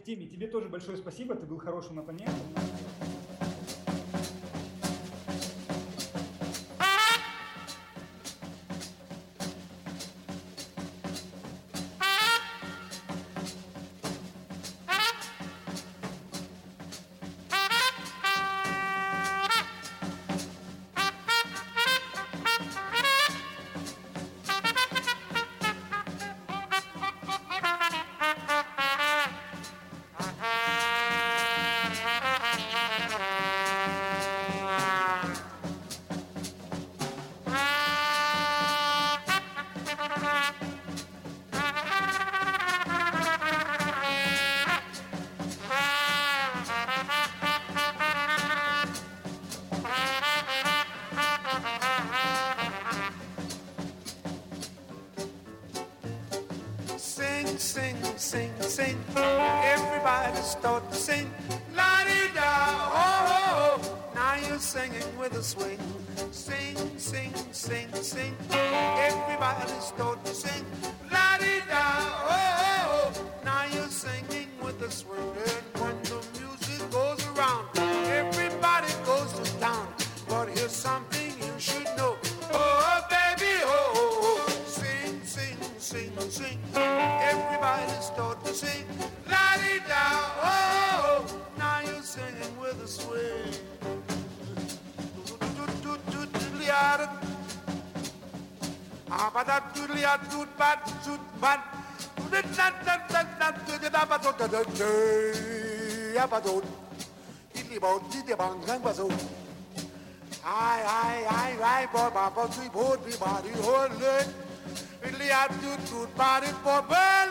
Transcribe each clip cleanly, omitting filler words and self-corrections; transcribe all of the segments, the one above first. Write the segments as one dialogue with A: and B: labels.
A: Тимми, тебе тоже большое спасибо, ты был хорошим оппонентом.
B: Sing, sing, sing. Everybody start to sing. La-di-da, oh, oh, oh. Now you're singing with a swing. Sing, sing, sing, sing. Everybody start to sing. La-di-da, oh, oh, oh. Now you're singing with a swing. And when the music goes around, everybody goes to town. But here's something you should know. Oh, baby, oh, oh, oh. Sing, sing, sing, sing. Everybody start to sing. La-di-da, oh, oh. Now you're singing with a swing. Ai, boy, papa, three, four, three, body, hold it. Really, I do good body for burn,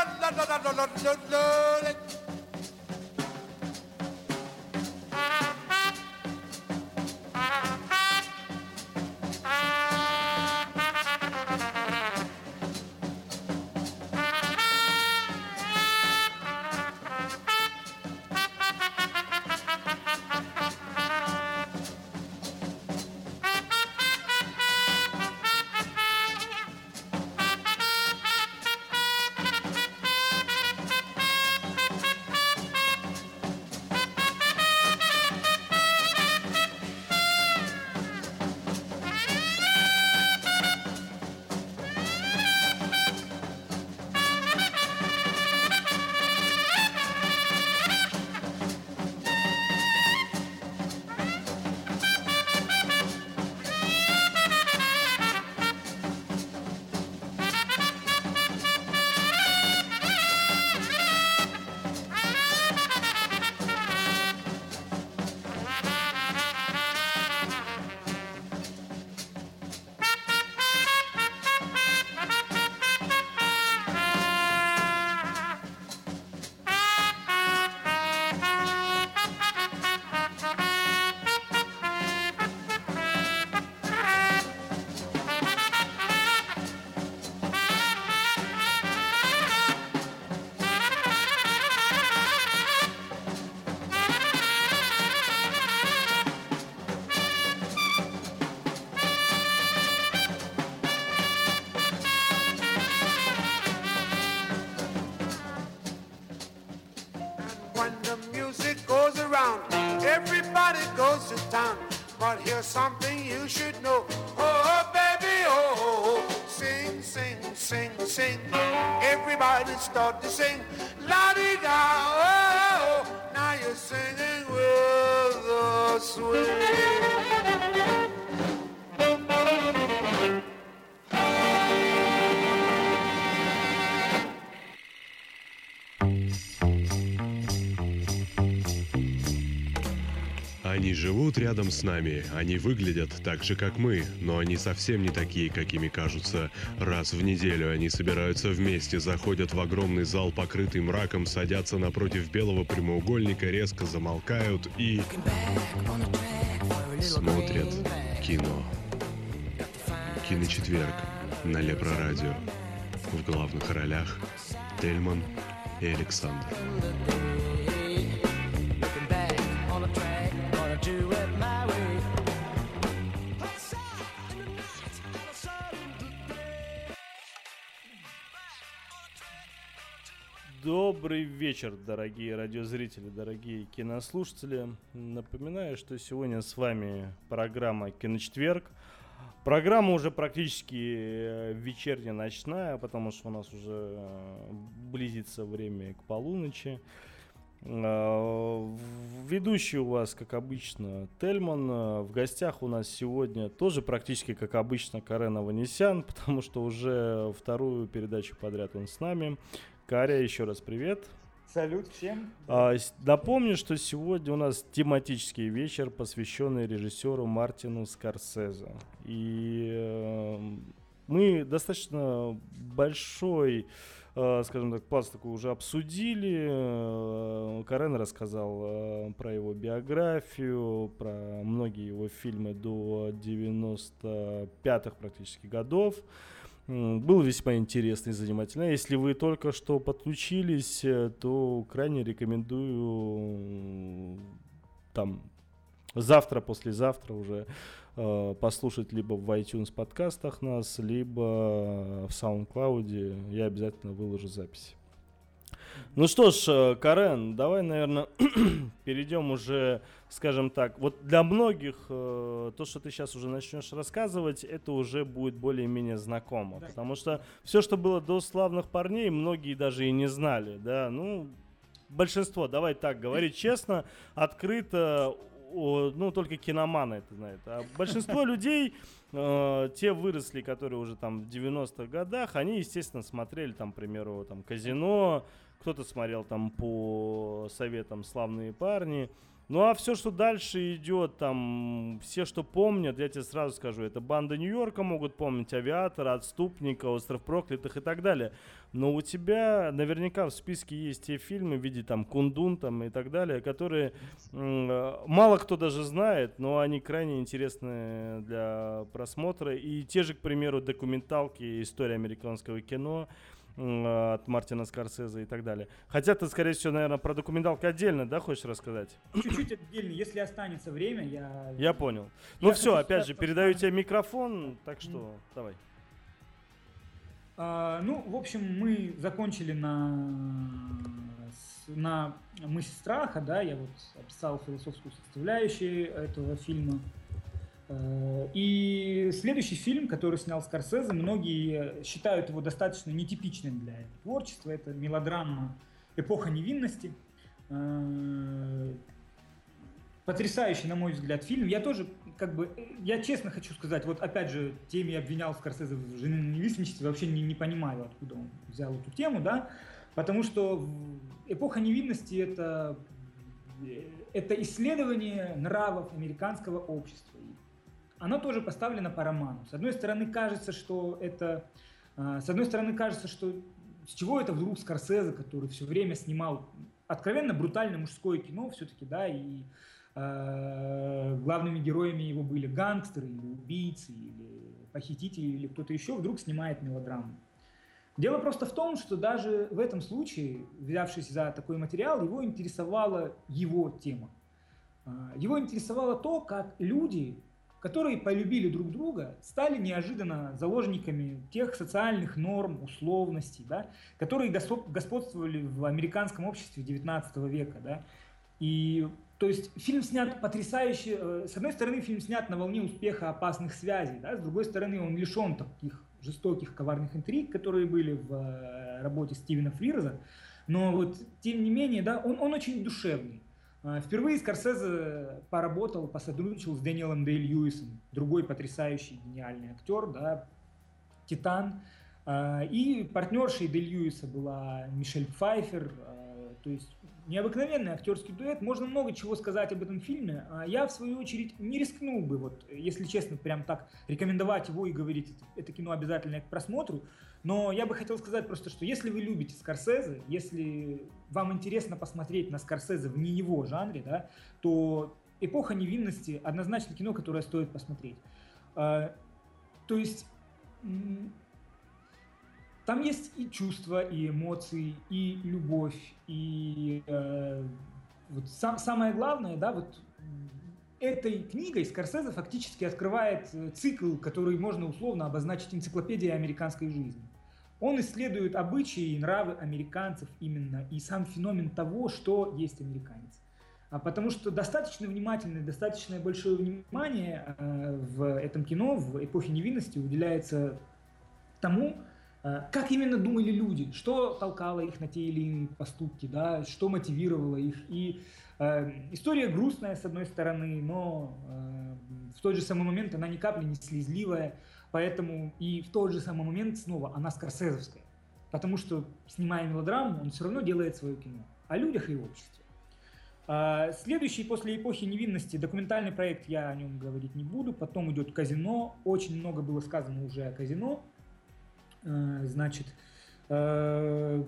B: Everybody goes to town, but here's something you should know. Oh, baby, oh, sing, sing, sing, sing. Everybody start to sing. La-di-da, oh, now you're singing with the swing.
C: Они живут рядом с нами, они выглядят так же, как мы, но они совсем не такие, какими кажутся. Раз в неделю они собираются вместе, заходят в огромный зал, покрытый мраком, садятся напротив белого прямоугольника, резко замолкают и смотрят кино. Киночетверг на Лепро-радио. В главных ролях Тельман и Александр.
D: Добрый вечер, дорогие радиозрители, дорогие кинослушатели. Напоминаю, что сегодня с вами программа «Киночетверг». Программа уже практически вечерняя, ночная, потому что у нас уже близится время к полуночи. Ведущий у вас, как обычно, Тельман. В гостях у нас сегодня тоже практически, как обычно, Карен Аванесян, потому что уже вторую передачу подряд он с нами. Каря, еще раз привет.
A: Салют всем.
D: Напомню, что сегодня у нас тематический вечер, посвященный режиссеру Мартину Скорсезе. И мы достаточно большой, скажем так, пласт такой уже обсудили. Карен рассказал про его биографию, про многие его фильмы до 95-х практически годов. Было весьма интересно и занимательно. Если вы только что подключились, то крайне рекомендую там завтра, послезавтра уже послушать либо в iTunes подкастах нас, либо в SoundCloud. Я обязательно выложу записи. Ну что ж, Карен, давай, наверное, перейдем уже, скажем так, вот для многих то, что ты сейчас уже начнешь рассказывать, это уже будет более-менее знакомо, да. Потому что все, что было до «Славных парней», многие даже и не знали, да, ну, большинство, давай так говорить честно, открыто, ну, только киноманы это знают, а большинство людей, те выросли, которые уже там в 90-х годах, они, естественно, смотрели там, к примеру, там «Казино», кто-то смотрел там по советам «Славные парни». Ну а все, что дальше идет, там, все, что помнят, я тебе сразу скажу, это «Банда Нью-Йорка» могут помнить, «Авиатор», «Отступника», «Остров проклятых» и так далее. Но у тебя наверняка в списке есть те фильмы в виде там «Кундун» там, и так далее, которые мало кто даже знает, но они крайне интересны для просмотра. И те же, к примеру, документалки «История американского кино» от Мартина Скорсезе и так далее. Хотя ты, скорее всего, наверное, про документалку отдельно, да, хочешь рассказать?
A: Чуть-чуть отдельно, если останется время,
D: Я понял. Ну все, опять же, передаю тебе микрофон, так что давай.
A: Ну, в общем, мы закончили на мысе страха, да, я вот описал философскую составляющую этого фильма. И следующий фильм, который снял Скорсезе, многие считают его достаточно нетипичным для творчества. Это мелодрама «Эпоха невинности». Потрясающий, на мой взгляд, фильм. Я тоже, я честно хочу сказать, вот опять же, теме обвинял Скорсезе в женоненавистничестве, вообще не понимаю, откуда он взял эту тему, да, потому что «Эпоха невинности» это исследование нравов американского общества. Оно тоже поставлено по роману. С одной стороны, кажется, что с чего это вдруг Скорсезе, который все время снимал откровенно брутальное мужское кино, все-таки, да, и главными героями его были гангстеры, или убийцы, или похитители, или кто-то еще, вдруг снимает мелодраму. Дело просто в том, что даже в этом случае, взявшись за такой материал, его интересовала его тема. Его интересовало то, как люди, которые полюбили друг друга, стали неожиданно заложниками тех социальных норм, условностей, да, которые господствовали в американском обществе XIX века. Да. И, то есть, фильм снят потрясающе. С одной стороны, фильм снят на волне успеха «Опасных связей», да, с другой стороны, он лишен таких жестоких, коварных интриг, которые были в работе Стивена Фрирза. Но вот, тем не менее, да, он очень душевный. Впервые Скорсезе посотрудничал с Дэниелом Дэй-Льюисом, другой потрясающий, гениальный актер, да, титан. И партнершей Дэй-Льюиса была Мишель Пфайффер, то есть необыкновенный актерский дуэт. Можно много чего сказать об этом фильме. Я, в свою очередь, не рискнул бы, вот, если честно, прям так рекомендовать его и говорить, это кино обязательно к просмотру. Но я бы хотел сказать просто, что если вы любите Скорсезе, если вам интересно посмотреть на Скорсезе в не его жанре, да, то «Эпоха невинности» однозначно кино, которое стоит посмотреть. То есть там есть и чувства, и эмоции, и любовь, и вот самое главное, да, вот этой книгой Скорсезе фактически открывает цикл, который можно условно обозначить энциклопедией американской жизни. Он исследует обычаи и нравы американцев именно, и сам феномен того, что есть американец. Потому что достаточно внимательное, достаточно большое внимание в этом кино, в эпохе невинности уделяется тому, как именно думали люди, что толкало их на те или иные поступки, да, что мотивировало их. И история грустная, с одной стороны, но в тот же самый момент она ни капли не слезливая, поэтому и в тот же самый момент снова она скорсезовская. Потому что, снимая мелодраму, он все равно делает свое кино о людях и обществе. Следующий после эпохи невинности документальный проект, я о нем говорить не буду. Потом идет «Казино». Очень много было сказано уже о «Казино». Значит, я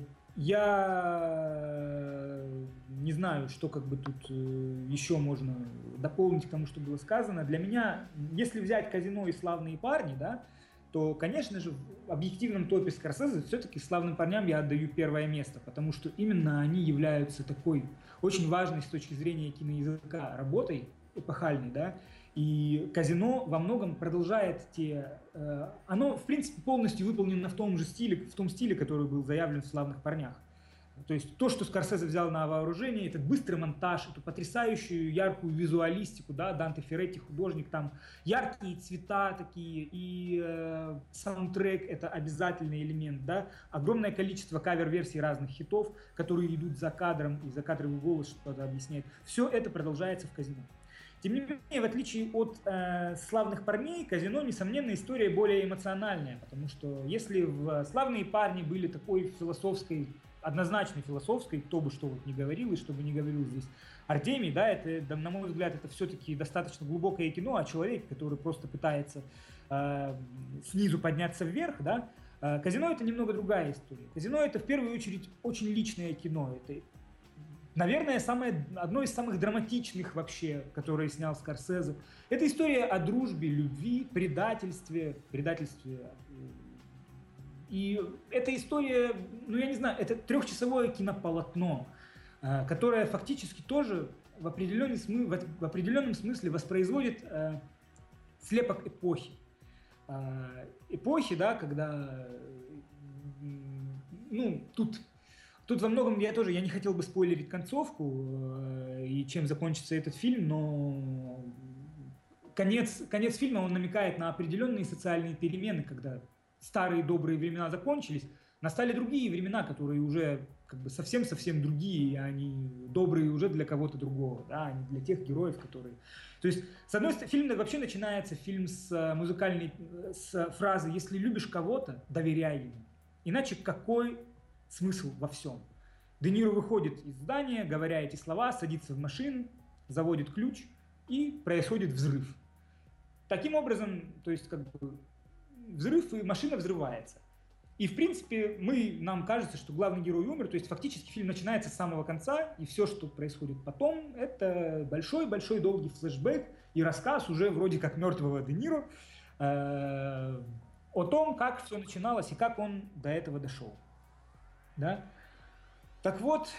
A: не знаю, что как бы тут еще можно дополнить к тому, что было сказано. Для меня, если взять «Казино» и «Славные парни», да, то, конечно же, в объективном топе Скорсезе все-таки «Славным парням» я отдаю первое место, потому что именно они являются такой очень важной с точки зрения киноязыка работой, эпохальной, да, и «Казино» во многом продолжает оно, в принципе, полностью выполнено в том стиле, который был заявлен в «Славных парнях». То есть то, что Скорсезе взял на вооружение, этот быстрый монтаж, эту потрясающую яркую визуалистику, да, Данте Ферретти, художник, там яркие цвета такие, и саундтрек — это обязательный элемент, да, огромное количество кавер-версий разных хитов, которые идут за кадром, и закадровый голос что-то объясняет. Все это продолжается в «Казино». Тем не менее, в отличие от «Славных парней», «Казино», несомненно, история более эмоциональная, потому что если в «Славные парни» были такой философской, однозначно философской, кто бы что вот ни говорил и что бы ни говорил здесь Артемий, да, это, на мой взгляд, это все-таки достаточно глубокое кино о человеке, который просто пытается снизу подняться вверх, да. «Казино» — это немного другая история. «Казино» — это в первую очередь очень личное кино. Это, наверное, одно из самых драматичных вообще, которое снял Скорсезе. Это история о дружбе, любви, предательстве. И эта история, ну я не знаю, это трехчасовое кинополотно, которое фактически тоже в определенном смысле воспроизводит слепок эпохи. Эпохи, да, когда, ну, тут во многом я не хотел бы спойлерить концовку и чем закончится этот фильм, но конец фильма, он намекает на определенные социальные перемены, когда старые добрые времена закончились, настали другие времена, которые уже как бы совсем-совсем другие, и они добрые уже для кого-то другого, да, а не для тех героев, которые... То есть, с одной стороны, фильм вообще начинается с фразы «Если любишь кого-то, доверяй ему». Иначе какой смысл во всем? Де Ниро выходит из здания, говоря эти слова, садится в машину, заводит ключ, и происходит взрыв. Таким образом, то есть как бы взрыв, и машина взрывается. И, в принципе, нам кажется, что главный герой умер, то есть фактически фильм начинается с самого конца, и все, что происходит потом, это большой-большой долгий флешбэк и рассказ уже вроде как мертвого Де Ниро о том, как все начиналось и как он до этого дошел. Да? Так вот,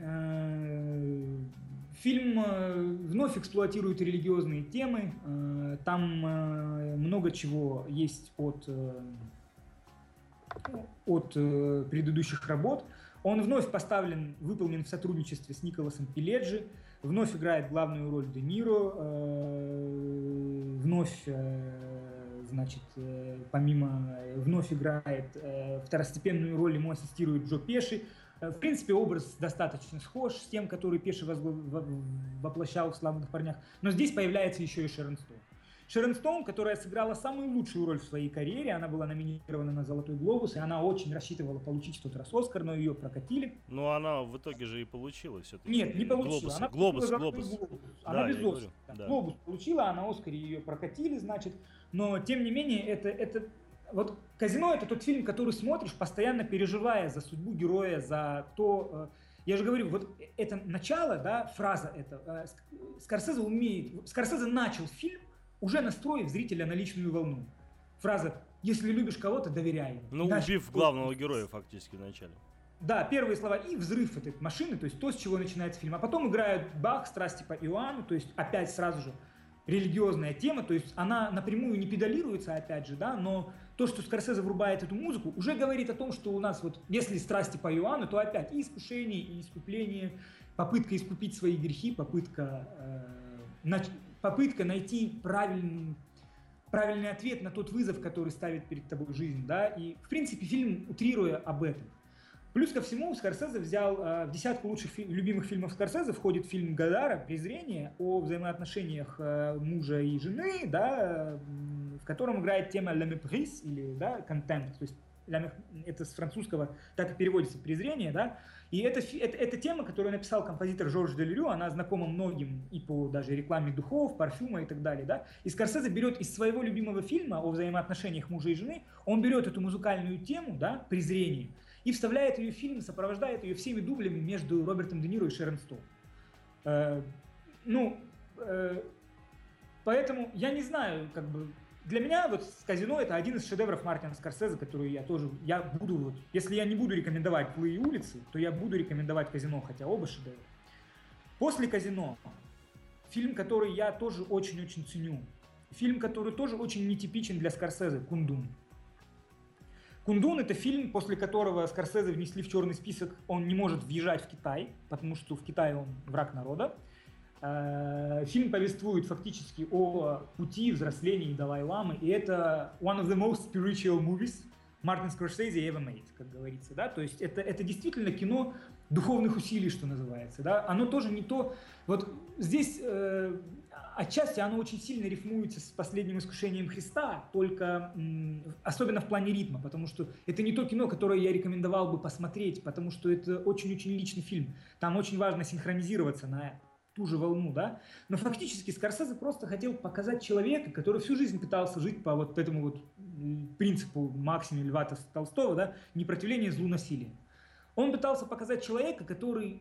A: фильм вновь эксплуатирует религиозные темы, там много чего есть от предыдущих работ. Он вновь выполнен в сотрудничестве с Николасом Пиледжи, вновь играет главную роль Де Ниро, вновь играет второстепенную роль, ему ассистирует Джо Пеши. В принципе, образ достаточно схож с тем, который Пеши воплощал в «Славных парнях». Но здесь появляется еще и Шерон Стоун. Шерон Стоун, которая сыграла самую лучшую роль в своей карьере, она была номинирована на «Золотой глобус», и она очень рассчитывала получить в тот раз «Оскар», но ее прокатили.
D: Ну, она в итоге же и получила все-таки.
A: Нет, не получила. Она
D: Глобус.
A: Она без «Оскара». Да. Глобус получила, а на «Оскаре» ее прокатили, значит. Но, тем не менее, это вот «Казино» — это тот фильм, который смотришь, постоянно переживая за судьбу героя, за то... Я же говорю, вот это начало, да, фраза эта. Скорсезе начал фильм, уже настроив зрителя на личную волну. Фраза «Если любишь кого-то, доверяй ему».
D: Ну, убив главного героя фактически в начале.
A: Да, первые слова и взрыв этой машины, то есть то, с чего начинается фильм. А потом играют Бах, «Страсти по Иоанну», то есть опять сразу же религиозная тема, то есть она напрямую не педалируется, опять же, да, но то, что Скорсезе врубает эту музыку, уже говорит о том, что у нас вот, если страсти по Иоанну, то опять и искушение, и искупление, попытка искупить свои грехи, попытка найти правильный ответ на тот вызов, который ставит перед тобой жизнь, да, и, в принципе, фильм, утрируя об этом. Плюс ко всему, Скорсезе взял в десятку лучших любимых фильмов Скорсезе входит фильм «Годара. Презрение», о взаимоотношениях мужа и жены, да, в котором играет тема «La méprise» или да, «contempt», то есть это с французского так и переводится «презрение», да, и это тема, которую написал композитор Жорж Делерю, она знакома многим и по даже рекламе духов, парфюма и так далее, да, и Скорсезе берет из своего любимого фильма о взаимоотношениях мужа и жены, он берет эту музыкальную тему, да, «Презрение», и вставляет ее в фильм, сопровождает ее всеми дублями между Робертом Де Ниро и Шерон Стоун. Поэтому я не знаю, как бы для меня вот «Казино» это один из шедевров Мартина Скорсезе, который я буду вот, если я не буду рекомендовать «Злые улицы», то я буду рекомендовать «Казино», хотя оба шедевра. После «Казино» фильм, который я тоже очень-очень ценю, фильм, который тоже очень нетипичен для Скорсезе, «Кундун». «Кундун» — это фильм, после которого Скорсезе внесли в черный список, он не может въезжать в Китай, потому что в Китае он враг народа. Фильм повествует фактически о пути взросления Далай-ламы, и это one of the most spiritual movies Мартин Скорсезе ever made, как говорится, да, то есть это действительно кино духовных усилий, что называется, да, оно тоже не то, вот здесь отчасти оно очень сильно рифмуется с «Последним искушением Христа», только особенно в плане ритма, потому что это не то кино, которое я рекомендовал бы посмотреть, потому что это очень-очень личный фильм, там очень важно синхронизироваться на ту же волну, да, но фактически Скорсезе просто хотел показать человека, который всю жизнь пытался жить по вот этому вот принципу Максима Льва Толстого, да, непротивление злу насилия. Он пытался показать человека, который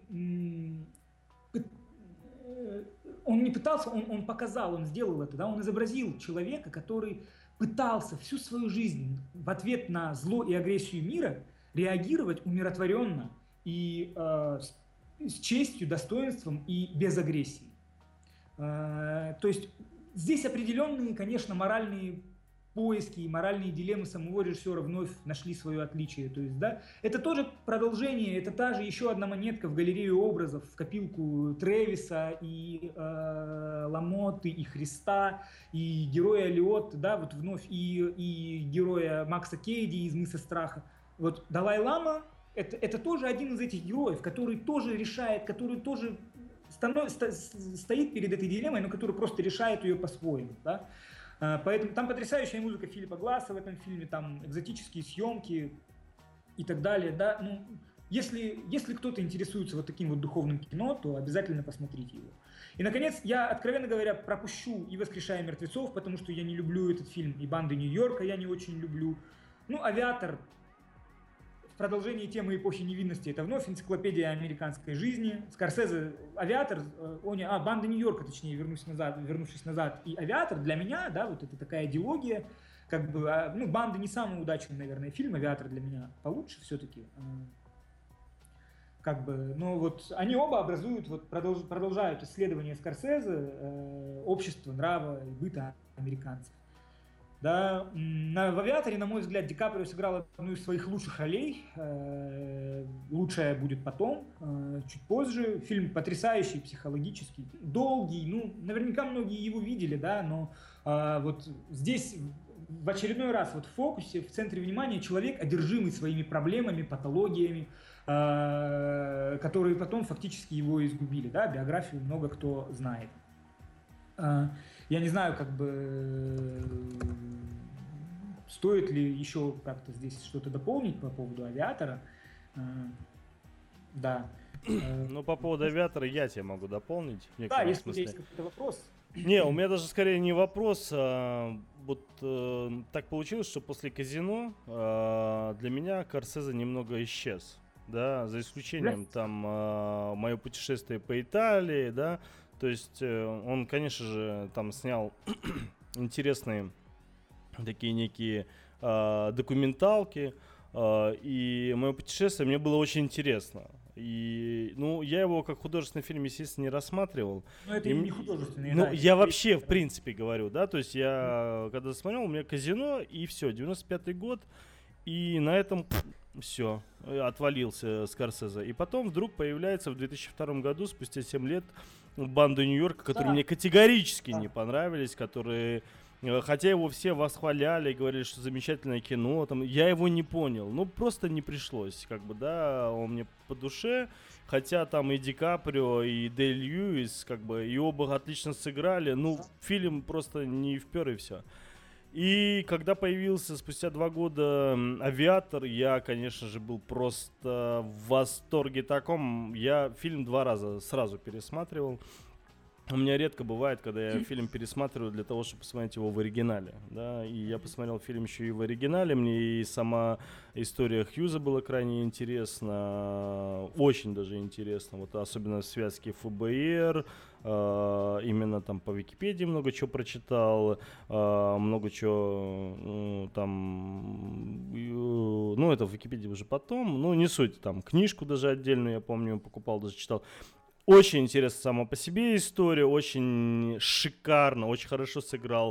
A: он не пытался, он показал, он сделал это, да, он изобразил человека, который пытался всю свою жизнь в ответ на зло и агрессию мира реагировать умиротворенно и с честью, достоинством и без агрессии. То есть здесь определенные, конечно, моральные поиски и моральные дилеммы самого режиссера вновь нашли свое отличие. То есть, да, это тоже продолжение, это та же еще одна монетка в галерею образов, в копилку Тревиса и Ламотты, и Христа, и героя Лиотты, да, вот вновь, и героя Макса Кейди из «Мыса страха». Вот Далай-лама это тоже один из этих героев, который тоже решает, который тоже стоит перед этой дилеммой, но который просто решает ее по-своему, да. Поэтому там потрясающая музыка Филиппа Гласса в этом фильме, там экзотические съемки и так далее, да. Ну, если кто-то интересуется вот таким вот духовным кино, то обязательно посмотрите его. И, наконец, я, откровенно говоря, пропущу и «Воскрешая мертвецов», потому что я не люблю этот фильм, и «Банды Нью-Йорка» я не очень люблю. Ну, «Авиатор», в продолжении темы эпохи невинности, это вновь энциклопедия американской жизни. Скорсезе, «Авиатор», «Банды Нью-Йорка», точнее, вернувшись назад, и «Авиатор» для меня, да, вот это такая идеология, как бы, ну, «Банды» не самый удачный, наверное, фильм, «Авиатор» для меня получше все-таки, как бы, но вот они оба образуют, вот продолжают исследование Скорсезе, общества, нрава и быта американцев. Да, в «Авиаторе», на мой взгляд, Ди Каприо сыграл одну из своих лучших ролей. Лучшая будет потом, чуть позже. Фильм потрясающий, психологический, долгий. Ну, наверняка многие его видели, да, но вот здесь в очередной раз вот в фокусе, в центре внимания человек, одержимый своими проблемами, патологиями, которые потом фактически его изгубили. Да, биографию много кто знает. Я не знаю, как бы стоит ли еще как-то здесь что-то дополнить по поводу «Авиатора». Да.
D: Ну, по поводу «Авиатора» я тебе могу дополнить.
A: Да, если есть какой-то вопрос.
D: Не, у меня даже скорее не вопрос. Вот так получилось, что после «Казино» для меня Скорсезе немного исчез. Да, за исключением там «Мое путешествие по Италии», да. То есть он, конечно же, там снял интересные такие некие документалки, и «Мое путешествие» мне было очень интересно. И, ну, я его как художественный фильм, естественно, не рассматривал.
A: Ну, это не художественный.
D: Ну,
A: да,
D: я вообще, в принципе, говорю, да, то есть я, когда смотрел, у меня «Казино», и все, 95-й год, и на этом все, отвалился Скорсезе. И потом вдруг появляется в 2002 году, спустя 7 лет, «Банда Нью-Йорка», которые мне категорически не понравились, которые... Хотя его все восхваляли, говорили, что замечательное кино, там, я его не понял, ну просто не пришлось, как бы, да, он мне по душе, хотя там и Ди Каприо, и Дэй Льюис, как бы, и оба отлично сыграли, ну, фильм просто не впер и все. И когда появился спустя 2 года «Авиатор», я, конечно же, был просто в восторге таком, я фильм 2 раза сразу пересматривал. У меня редко бывает, когда я фильм пересматриваю для того, чтобы посмотреть его в оригинале, да, и я посмотрел фильм еще и в оригинале, мне и сама история Хьюза была крайне интересна, очень даже интересна, вот особенно в связке ФБР, именно там по Википедии много чего прочитал, много чего там, ну это в Википедии уже потом, ну не суть, там книжку даже отдельную, я помню, покупал, даже читал. Очень интересно сама по себе история, очень шикарно, очень хорошо сыграл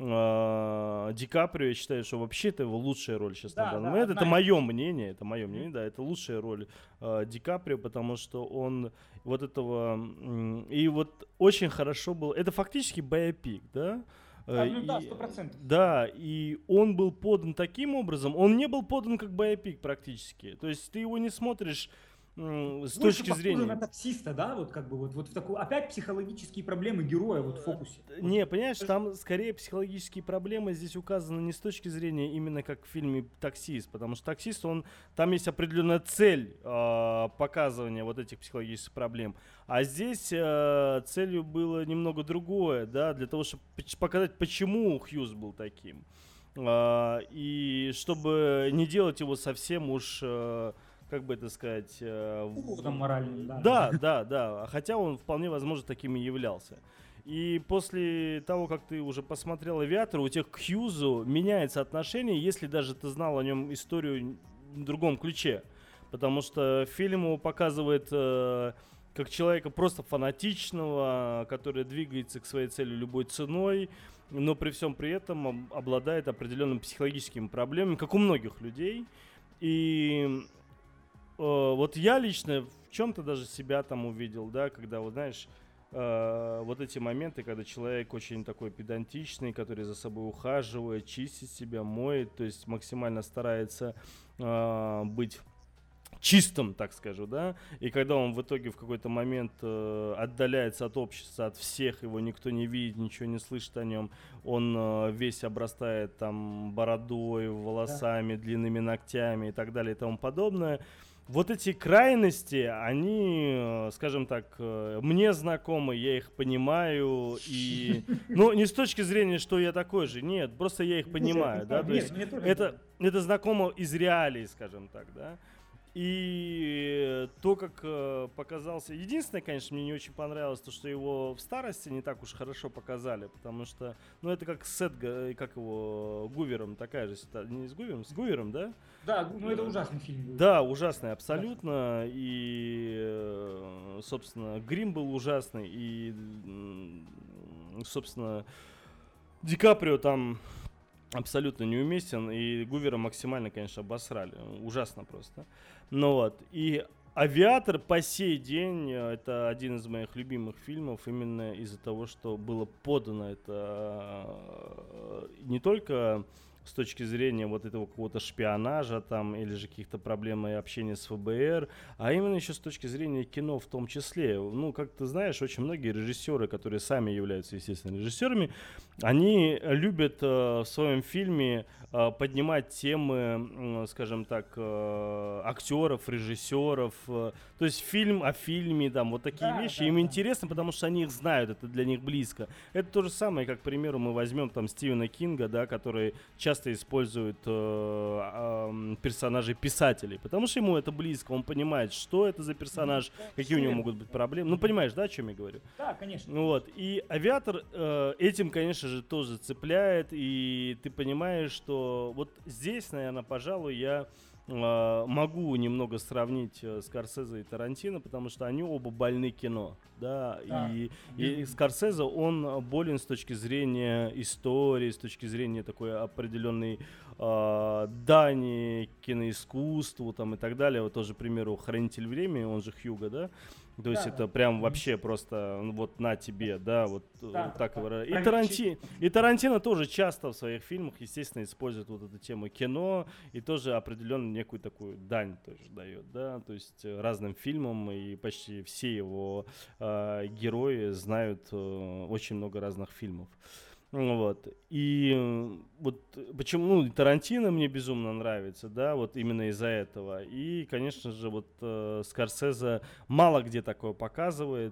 D: Ди Каприо. Я считаю, что вообще это его лучшая роль сейчас на данный момент. Это мое мнение, да, это лучшая роль Ди Каприо, потому что он вот этого... И вот очень хорошо был... Это фактически байопик, да?
A: Да, 100%.
D: Да, и он был подан таким образом, он не был подан как байопик практически. То есть ты его не смотришь... с точки зрения
A: на таксиста, да, вот как бы вот в такую опять психологические проблемы героя вот в фокусе.
D: Не, понимаешь, там скорее психологические проблемы здесь указаны не с точки зрения именно как в фильме «Таксист», потому что «Таксист», там есть определенная цель показывания вот этих психологических проблем, а здесь целью было немного другое, да, для того, чтобы показать, почему Хьюз был таким, и чтобы не делать его совсем уж... как бы это сказать...
A: моральным, да.
D: Да. Хотя он вполне возможно таким и являлся. И после того, как ты уже посмотрел «Авиатор», у тебя к Хьюзу меняется отношение, если даже ты знал о нем историю в другом ключе. Потому что фильм его показывает как человека просто фанатичного, который двигается к своей цели любой ценой, но при всем при этом обладает определенными психологическими проблемами, как у многих людей. И... вот я лично в чем-то даже себя там увидел, да, когда, вот знаешь, вот эти моменты, когда человек очень такой педантичный, который за собой ухаживает, чистит себя, моет, то есть максимально старается быть чистым, так скажу, да, и когда он в итоге в какой-то момент отдаляется от общества, от всех, его никто не видит, ничего не слышит о нем, он весь обрастает там бородой, волосами, длинными ногтями и так далее и тому подобное. Вот эти крайности, они, скажем так, мне знакомы, я их понимаю, и, ну, не с точки зрения, что я такой же, нет, просто я их понимаю, да, то есть это знакомо из реалий, скажем так, да. И то, как показался... Единственное, конечно, мне не очень понравилось, то, что его в старости не так уж хорошо показали, потому что, ну, это как Сет, как его, Гувером, такая же ситуация. Не с Гувером, да?
A: Да, ну это ужасный фильм был.
D: Да, ужасный, абсолютно. И, собственно, грим был ужасный, и, собственно, Ди Каприо там... абсолютно неуместен, и Гувера максимально, конечно, обосрали. Ужасно просто. Ну вот. И «Авиатор» по сей день это один из моих любимых фильмов именно из-за того, что было подано это не только с точки зрения вот этого какого-то шпионажа там или же каких-то проблем и общения с ФБР, а именно еще с точки зрения кино в том числе. Ну, как ты знаешь, очень многие режиссеры, которые сами являются, естественно, режиссерами, они любят в своем фильме поднимать темы, скажем так, актеров, режиссеров. То есть фильм о фильме, там, вот такие вещи. Им интересно, потому что они их знают, это для них близко. Это то же самое, как, к примеру, мы возьмем там Стивена Кинга, да, который часто использует персонажей писателей, потому что ему это близко, он понимает, что это за персонаж, какие у него могут быть проблемы. Ну, понимаешь, да, о чем я говорю?
A: Да, конечно.
D: Ну вот, и «Авиатор» этим, конечно же, тоже цепляет, и ты понимаешь, что вот здесь, наверное, пожалуй, я могу немного сравнить Скорсезе и Тарантино, потому что они оба больны кино, да, и Скорсезе, он болен с точки зрения истории, с точки зрения такой определенной дани киноискусству там и так далее. Вот тоже, к примеру, «Хранитель времени», он же Хьюго, да? То есть это прям вообще просто вот на тебе, да, вот так и выражается. И Тарантино тоже часто в своих фильмах, естественно, использует вот эту тему кино и тоже определенно некую такую дань тоже дает, да, то есть разным фильмам, и почти все его герои знают очень много разных фильмов. Вот. И вот почему Тарантино мне безумно нравится, да, вот именно из-за этого. И, конечно же, вот Скорсезе мало где такое показывает,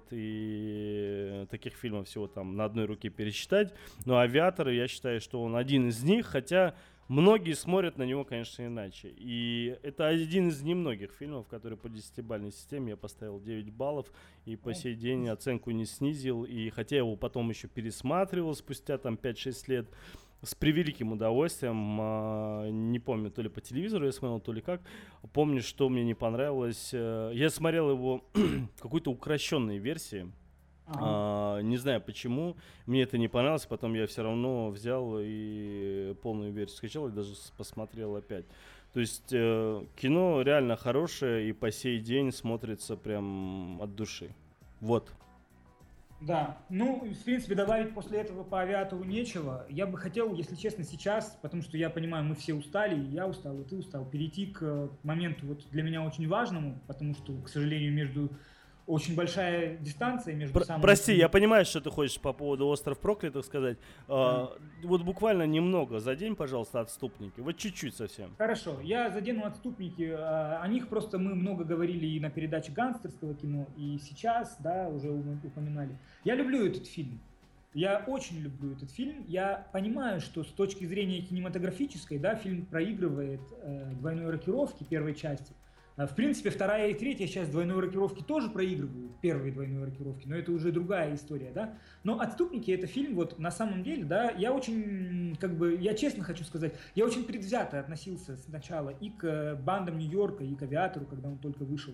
D: и таких фильмов всего там на одной руке пересчитать. Но «Авиатор», я считаю, что он один из них, хотя многие смотрят на него, конечно, иначе. И это один из немногих фильмов, который по 10-бальной системе я поставил 9 баллов. И по сей день оценку не снизил. И хотя я его потом еще пересматривал спустя там 5-6 лет, с превеликим удовольствием, не помню, то ли по телевизору я смотрел, то ли как. Помню, что мне не понравилось. Я смотрел его в какой-то укращенной версии. Не знаю почему, мне это не понравилось, потом я все равно взял и полную версию скачал и даже посмотрел опять. То есть кино реально хорошее и по сей день смотрится прям от души. Вот.
A: Да, ну, в принципе, добавить после этого по «Авиатору» нечего. Я бы хотел, если честно, сейчас, потому что я понимаю, мы все устали, и я устал, и ты устал, перейти к моменту вот для меня очень важному, потому что, к сожалению, между очень большая дистанция между самыми...
D: Прости, я понимаю, что ты хочешь по поводу «Остров проклятых» сказать. Вот буквально немного задень, пожалуйста, «Отступники». Вот чуть-чуть совсем.
A: Хорошо, я задену «Отступники». О них просто мы много говорили и на передаче гангстерского кино, и сейчас, да, уже упоминали. Я люблю этот фильм. Я очень люблю этот фильм. Я понимаю, что с точки зрения кинематографической, да, фильм проигрывает «Двойной рокировке» первой части. В принципе, вторая и третья часть «Двойной рокировки» тоже проигрывают первой «Двойной рокировки», но это уже другая история, да. Но «Отступники» — это фильм, вот на самом деле, да, я очень, я честно хочу сказать, я очень предвзято относился сначала и к «Бандам Нью-Йорка», и к «Авиатору», когда он только вышел.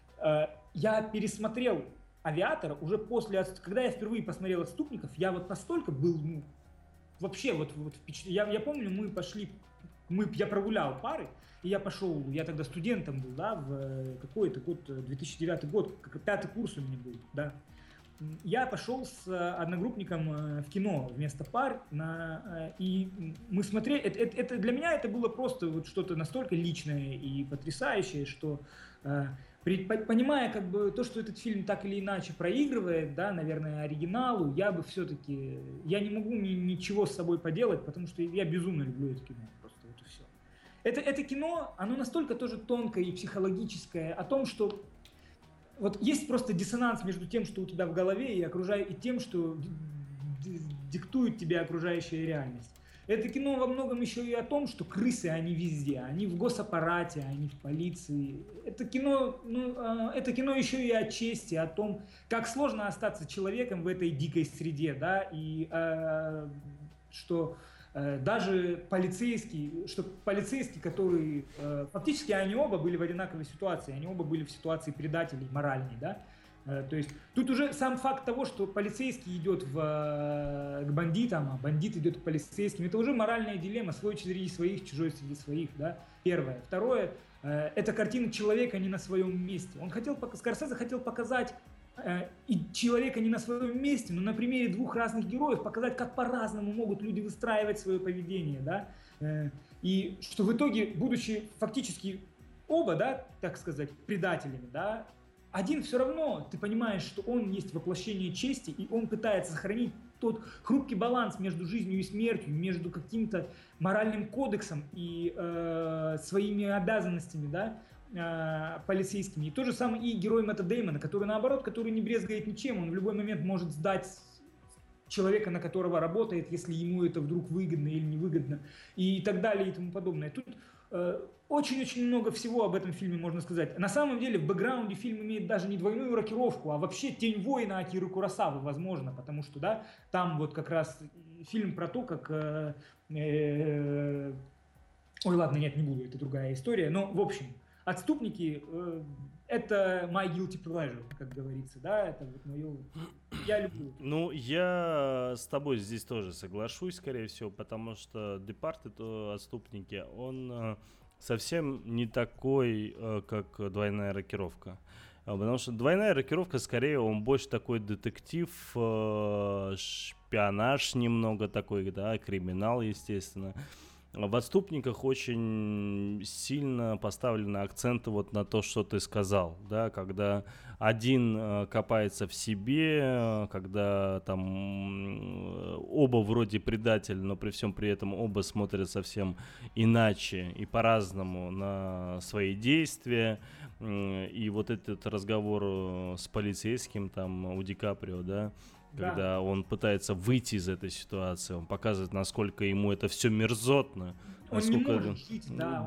A: Я пересмотрел «Авиатора» уже после, когда я впервые посмотрел «Отступников», я вот настолько был, вообще вот впечатлен. Я помню, мы пошли, я прогулял пары, и я пошел, я тогда студентом был, да, в какой-то год, 2009 год, как 5-й курс у меня был, да. Я пошел с одногруппником в кино вместо пар, и мы смотрели, это для меня это было просто вот что-то настолько личное и потрясающее, что понимая как бы то, что этот фильм так или иначе проигрывает, да, наверное, оригиналу, я бы все-таки, я не могу ничего с собой поделать, потому что я безумно люблю это кино. Это кино, оно настолько тоже тонкое и психологическое, о том, что вот есть просто диссонанс между тем, что у тебя в голове, и тем, что диктует тебе окружающая реальность. Это кино во многом еще и о том, что крысы, они везде, они в госаппарате, они в полиции. Это кино еще и о чести, о том, как сложно остаться человеком в этой дикой среде, да, и что... Даже полицейские, которые, фактически они оба были в одинаковой ситуации, они оба были в ситуации предателей моральной, да, то есть тут уже сам факт того, что полицейский идет к бандитам, а бандит идет к полицейским, это уже моральная дилемма, свой среди своих, чужой среди своих, да, первое. Второе, это картина человека не на своем месте. Скорсезе хотел показать и человека не на своем месте, но на примере двух разных героев показать, как по-разному могут люди выстраивать свое поведение, да, и что в итоге, будучи фактически оба, да, так сказать, предателями, да, один все равно, ты понимаешь, что он есть воплощение чести, и он пытается сохранить тот хрупкий баланс между жизнью и смертью, между каким-то моральным кодексом и своими обязанностями, да, полицейскими. И то же самое и герой Мэтта Дэймона, который не брезгает ничем, он в любой момент может сдать человека, на которого работает, если ему это вдруг выгодно или невыгодно, и так далее и тому подобное. Тут очень-очень много всего об этом фильме можно сказать. На самом деле в бэкграунде фильм имеет даже не двойную рокировку, а вообще «Тень воина» Акиры Куросавы, возможно, потому что, да, там вот как раз фильм про то, как Ой, ладно, нет, не буду, это другая история. Но, в общем, «Отступники» это my guilty pleasure, как говорится, да, это вот мое... Я люблю.
D: Ну, я с тобой здесь тоже соглашусь, скорее всего, потому что Departed, «Отступники», он совсем не такой, как «Двойная рокировка». Потому что «Двойная рокировка», скорее, он больше такой детектив, шпионаж немного такой, да, криминал, естественно. В «Отступниках» очень сильно поставлены акценты вот на то, что ты сказал, да, когда один копается в себе, когда там оба вроде предатели, но при всем при этом оба смотрят совсем иначе и по-разному на свои действия. И вот этот разговор с полицейским там у Ди Каприо, да, когда он пытается выйти из этой ситуации, он показывает, насколько ему это все мерзотно.
A: Он
D: насколько...
A: не может жить, да.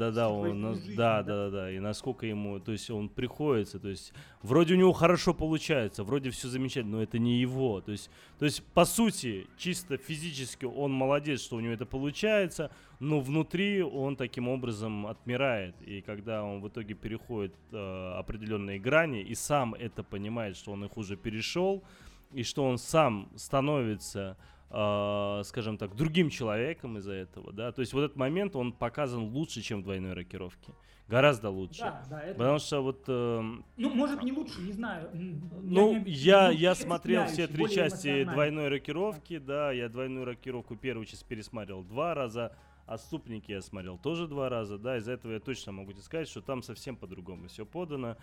D: Да, и насколько ему, то есть он приходится, то есть вроде у него хорошо получается, вроде все замечательно, но это не его. То есть по сути, чисто физически он молодец, что у него это получается, но внутри он таким образом отмирает. И когда он в итоге переходит определенные грани и сам это понимает, что он их уже перешел, и что он сам становится, скажем так, другим человеком из-за этого, да, то есть вот этот момент, он показан лучше, чем в «Двойной рокировке», гораздо лучше,
A: это...
D: потому что вот...
A: Ну, может, не лучше, не знаю.
D: Ну, я смотрел все 3 части «Двойной рокировки», да, я «Двойную рокировку» первую часть пересматривал 2 раза, «Отступники» я смотрел тоже 2 раза, да, из-за этого я точно могу тебе сказать, что там совсем по-другому все подано.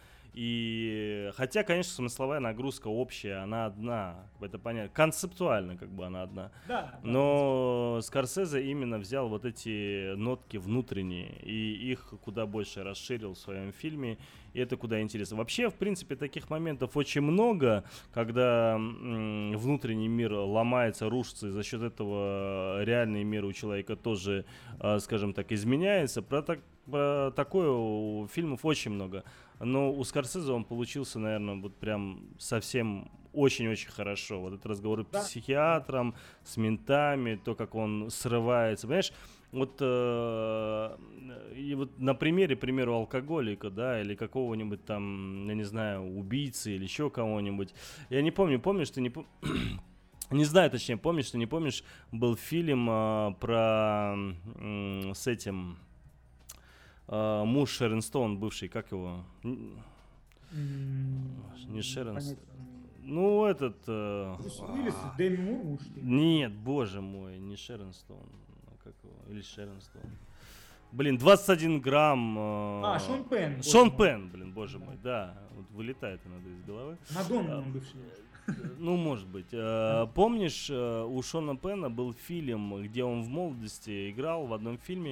D: И хотя, конечно, смысловая нагрузка общая, она одна, это понятно, концептуально как бы она одна.
A: Да,
D: но Скорсезе именно взял вот эти нотки внутренние и их куда больше расширил в своем фильме, и это куда интересно. Вообще, в принципе, таких моментов очень много, когда внутренний мир ломается, рушится, и за счет этого реальный мир у человека тоже, скажем так, изменяется. Про такое у фильмов очень много. Но у Скорсезе он получился, наверное, вот прям совсем очень-очень хорошо. Вот этот разговор с психиатром, с ментами, то, как он срывается. Понимаешь, вот, и вот на примере, к примеру, алкоголика, да, или какого-нибудь там, я не знаю, убийцы или еще кого-нибудь. Я не помню, помнишь, ты не помнишь? Не знаю, точнее, помнишь, ты не помнишь, был фильм про с этим муж Шерон Стоун, бывший, как его? Не Шерон Стоун. Ну, этот...
A: Уиллис, Дэми Мур, муж?
D: Нет, боже мой, не Шерон Стоун. Как его? Или Шерон Стоун. Блин, 21 грамм...
A: Шон Пенн.
D: Шон Пенн, блин, боже мой, да. Вот вылетает иногда из головы.
A: Мадонна он бывший.
D: Ну, может быть. Помнишь, у Шона Пенна был фильм, где он в молодости играл в одном фильме,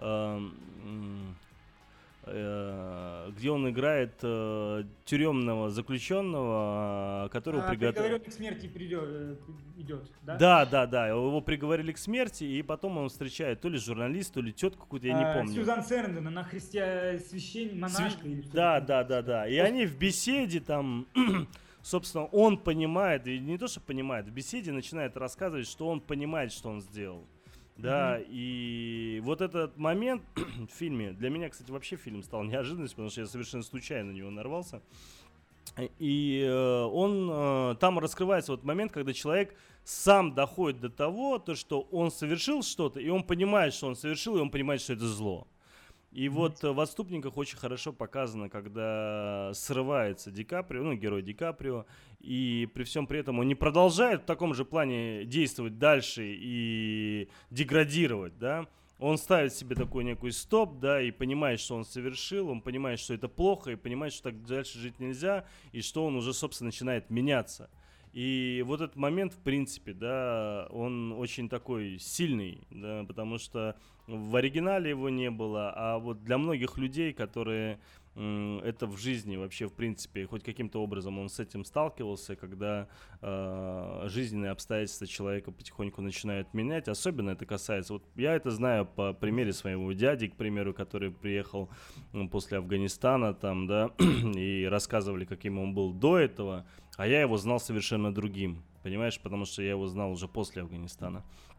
D: где он играет тюремного заключенного, которого
A: приговоренный к смерти идет, да?
D: Да, его приговорили к смерти, и потом он встречает то ли журналист, то ли тетку какую-то, я не помню.
A: Сьюзан Сэрандон, она священник, монашка.
D: Да. И они в беседе там... Собственно, он понимает, и не то, что понимает, в беседе начинает рассказывать, что он понимает, что он сделал. Да, и вот этот момент в фильме, для меня, кстати, вообще фильм стал неожиданностью, потому что я совершенно случайно на него нарвался. И он там раскрывается вот момент, когда человек сам доходит до того, то, что он совершил что-то, и он понимает, что он совершил, и он понимает, что это зло. И вот в «Отступниках» очень хорошо показано, когда срывается Ди Каприо, ну, герой Ди Каприо, и при всем при этом он не продолжает в таком же плане действовать дальше и деградировать, да, он ставит себе такой некий стоп, да, и понимает, что он совершил, он понимает, что это плохо, и понимает, что так дальше жить нельзя, и что он уже, собственно, начинает меняться. И вот этот момент, в принципе, да, он очень такой сильный, да, потому что в оригинале его не было, а вот для многих людей, которые это в жизни вообще, в принципе, хоть каким-то образом он с этим сталкивался, когда жизненные обстоятельства человека потихоньку начинают менять, особенно это касается, вот я это знаю по примере своего дяди, к примеру, который приехал после Афганистана, там, да, и рассказывали, каким он был до этого, а я его знал совершенно другим, понимаешь, потому что я его знал уже после Афганистана.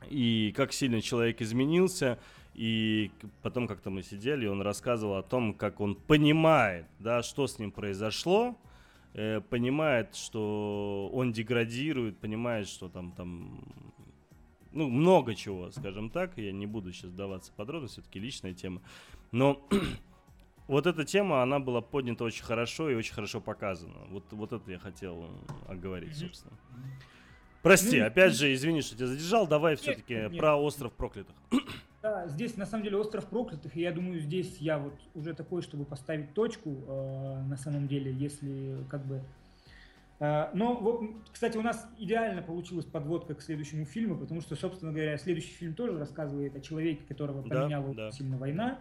D: и как сильно человек изменился. И потом как-то мы сидели, и он рассказывал о том, как он понимает, да, что с ним произошло, понимает, что он деградирует, понимает, что там ну, много чего, скажем так. Я не буду сейчас вдаваться в подробности, все-таки личная тема. Но вот эта тема, она была поднята очень хорошо и очень хорошо показана. Вот это я хотел оговорить, собственно. Прости, опять же, извини, что тебя задержал. Давай все-таки про «Остров проклятых».
A: Да, здесь на самом деле «Остров проклятых», и я думаю, здесь я вот уже такой, чтобы поставить точку, на самом деле, если как бы... Но, вот, кстати, у нас идеально получилась подводка к следующему фильму, потому что, собственно говоря, следующий фильм тоже рассказывает о человеке, которого поменяла сильно война.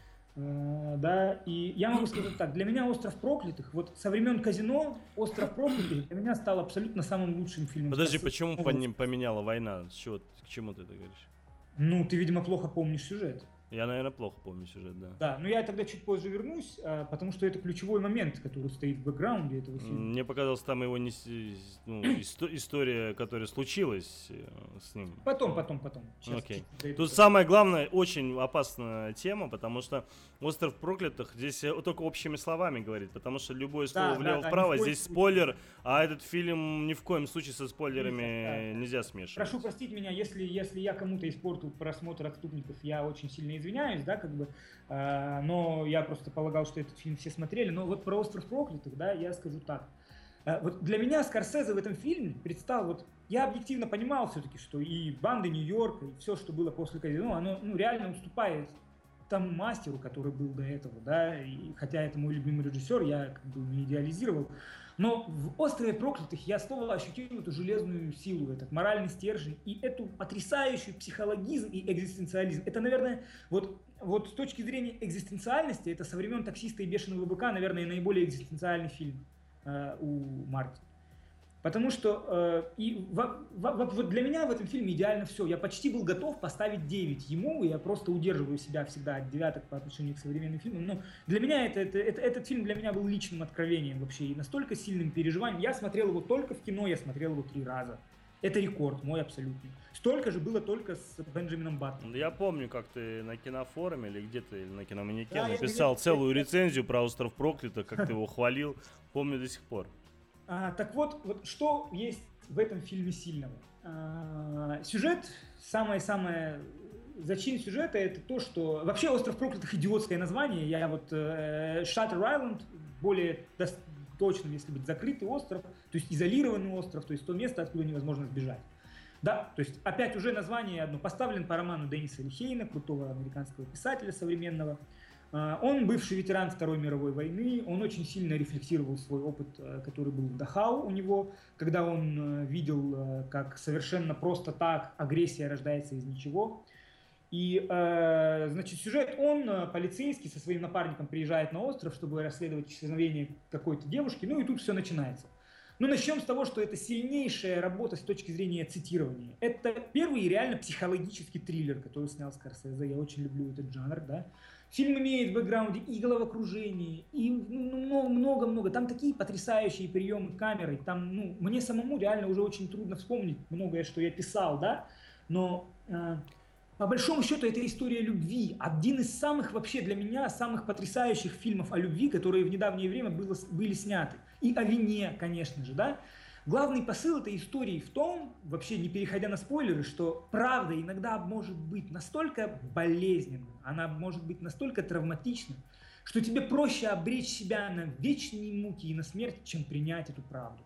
A: Да, и я могу сказать так, для меня «Остров проклятых», вот со времен «Казино» «Остров проклятых» для меня стал абсолютно самым лучшим фильмом.
D: Подожди, почему поменяла война? К чему ты это говоришь?
A: Ну, ты, видимо, плохо помнишь сюжет.
D: Я, наверное, плохо помню сюжет, да.
A: Да, но я тогда чуть позже вернусь, потому что это ключевой момент, который стоит в бэкграунде этого фильма.
D: Мне показалось, там его история, которая случилась с ним.
A: Потом.
D: Окей. Тут самое главное, очень опасная тема, потому что «Остров проклятых» здесь только общими словами говорит, потому что любое слово влево-вправо, здесь спойлер, а этот фильм ни в коем случае со спойлерами нельзя смешивать.
A: Прошу простить меня, если я кому-то испортил просмотр «Отступников», я очень сильно извиняюсь, да, как бы, но я просто полагал, что этот фильм все смотрели. Но вот про «Остров проклятых», да, я скажу так. Вот для меня Скорсезе в этом фильме предстал, вот я объективно понимал все-таки, что и «Банды Нью-Йорка», и все, что было после «Казино», оно реально уступает тому мастеру, который был до этого, да, и хотя это мой любимый режиссер, я как бы не идеализировал. Но в «Острове проклятых» я снова ощутил эту железную силу, этот моральный стержень и эту потрясающую психологизм и экзистенциализм. Это, наверное, вот с точки зрения экзистенциальности, это со времен «Таксиста» и «Бешеного быка», наверное, наиболее экзистенциальный фильм у Марти. Потому что вот для меня в этом фильме идеально все. Я почти был готов поставить 9 ему, я просто удерживаю себя всегда от девяток по отношению к современным фильмам. Но для меня этот фильм для меня был личным откровением вообще и настолько сильным переживанием. Я смотрел его только в кино, я смотрел его 3 раза. Это рекорд мой абсолютный. Столько же было только с Бенджамином Баттоном.
D: Я помню, как ты на Кинофоруме или где-то, или на Киноманеке написал целую рецензию про «Остров проклятых», как ты его хвалил. Помню до сих пор.
A: Так вот что есть в этом фильме сильного? Сюжет, самое-самое... Зачин сюжета — это то, что... Вообще «Остров проклятых» — идиотское название. Я вот... Shutter Island, более точным, если быть, закрытый остров, то есть изолированный остров, то есть то место, откуда невозможно сбежать. Да, то есть опять уже название одно. Поставлен по роману Денниса Лихейна, крутого американского писателя современного. Он бывший ветеран Второй мировой войны, он очень сильно рефлексировал свой опыт, который был в Дахау у него, когда он видел, как совершенно просто так агрессия рождается из ничего. И, значит, сюжет, он, полицейский, со своим напарником приезжает на остров, чтобы расследовать исчезновение какой-то девушки, ну и тут все начинается. Ну, начнем с того, что это сильнейшая работа с точки зрения цитирования. Это первый реально психологический триллер, который снял Скорсезе, я очень люблю этот жанр, да. Фильм имеет в бэкграунде и головокружение, и много-много. Там такие потрясающие приемы камеры. Там, мне самому реально уже очень трудно вспомнить многое, что я писал, да. Но по большому счету это история любви. Один из самых вообще для меня самых потрясающих фильмов о любви, которые в недавнее время были сняты. И о вине, конечно же, да. Главный посыл этой истории в том, вообще не переходя на спойлеры, что правда иногда может быть настолько болезненной, она может быть настолько травматичной, что тебе проще обречь себя на вечные муки и на смерть, чем принять эту правду.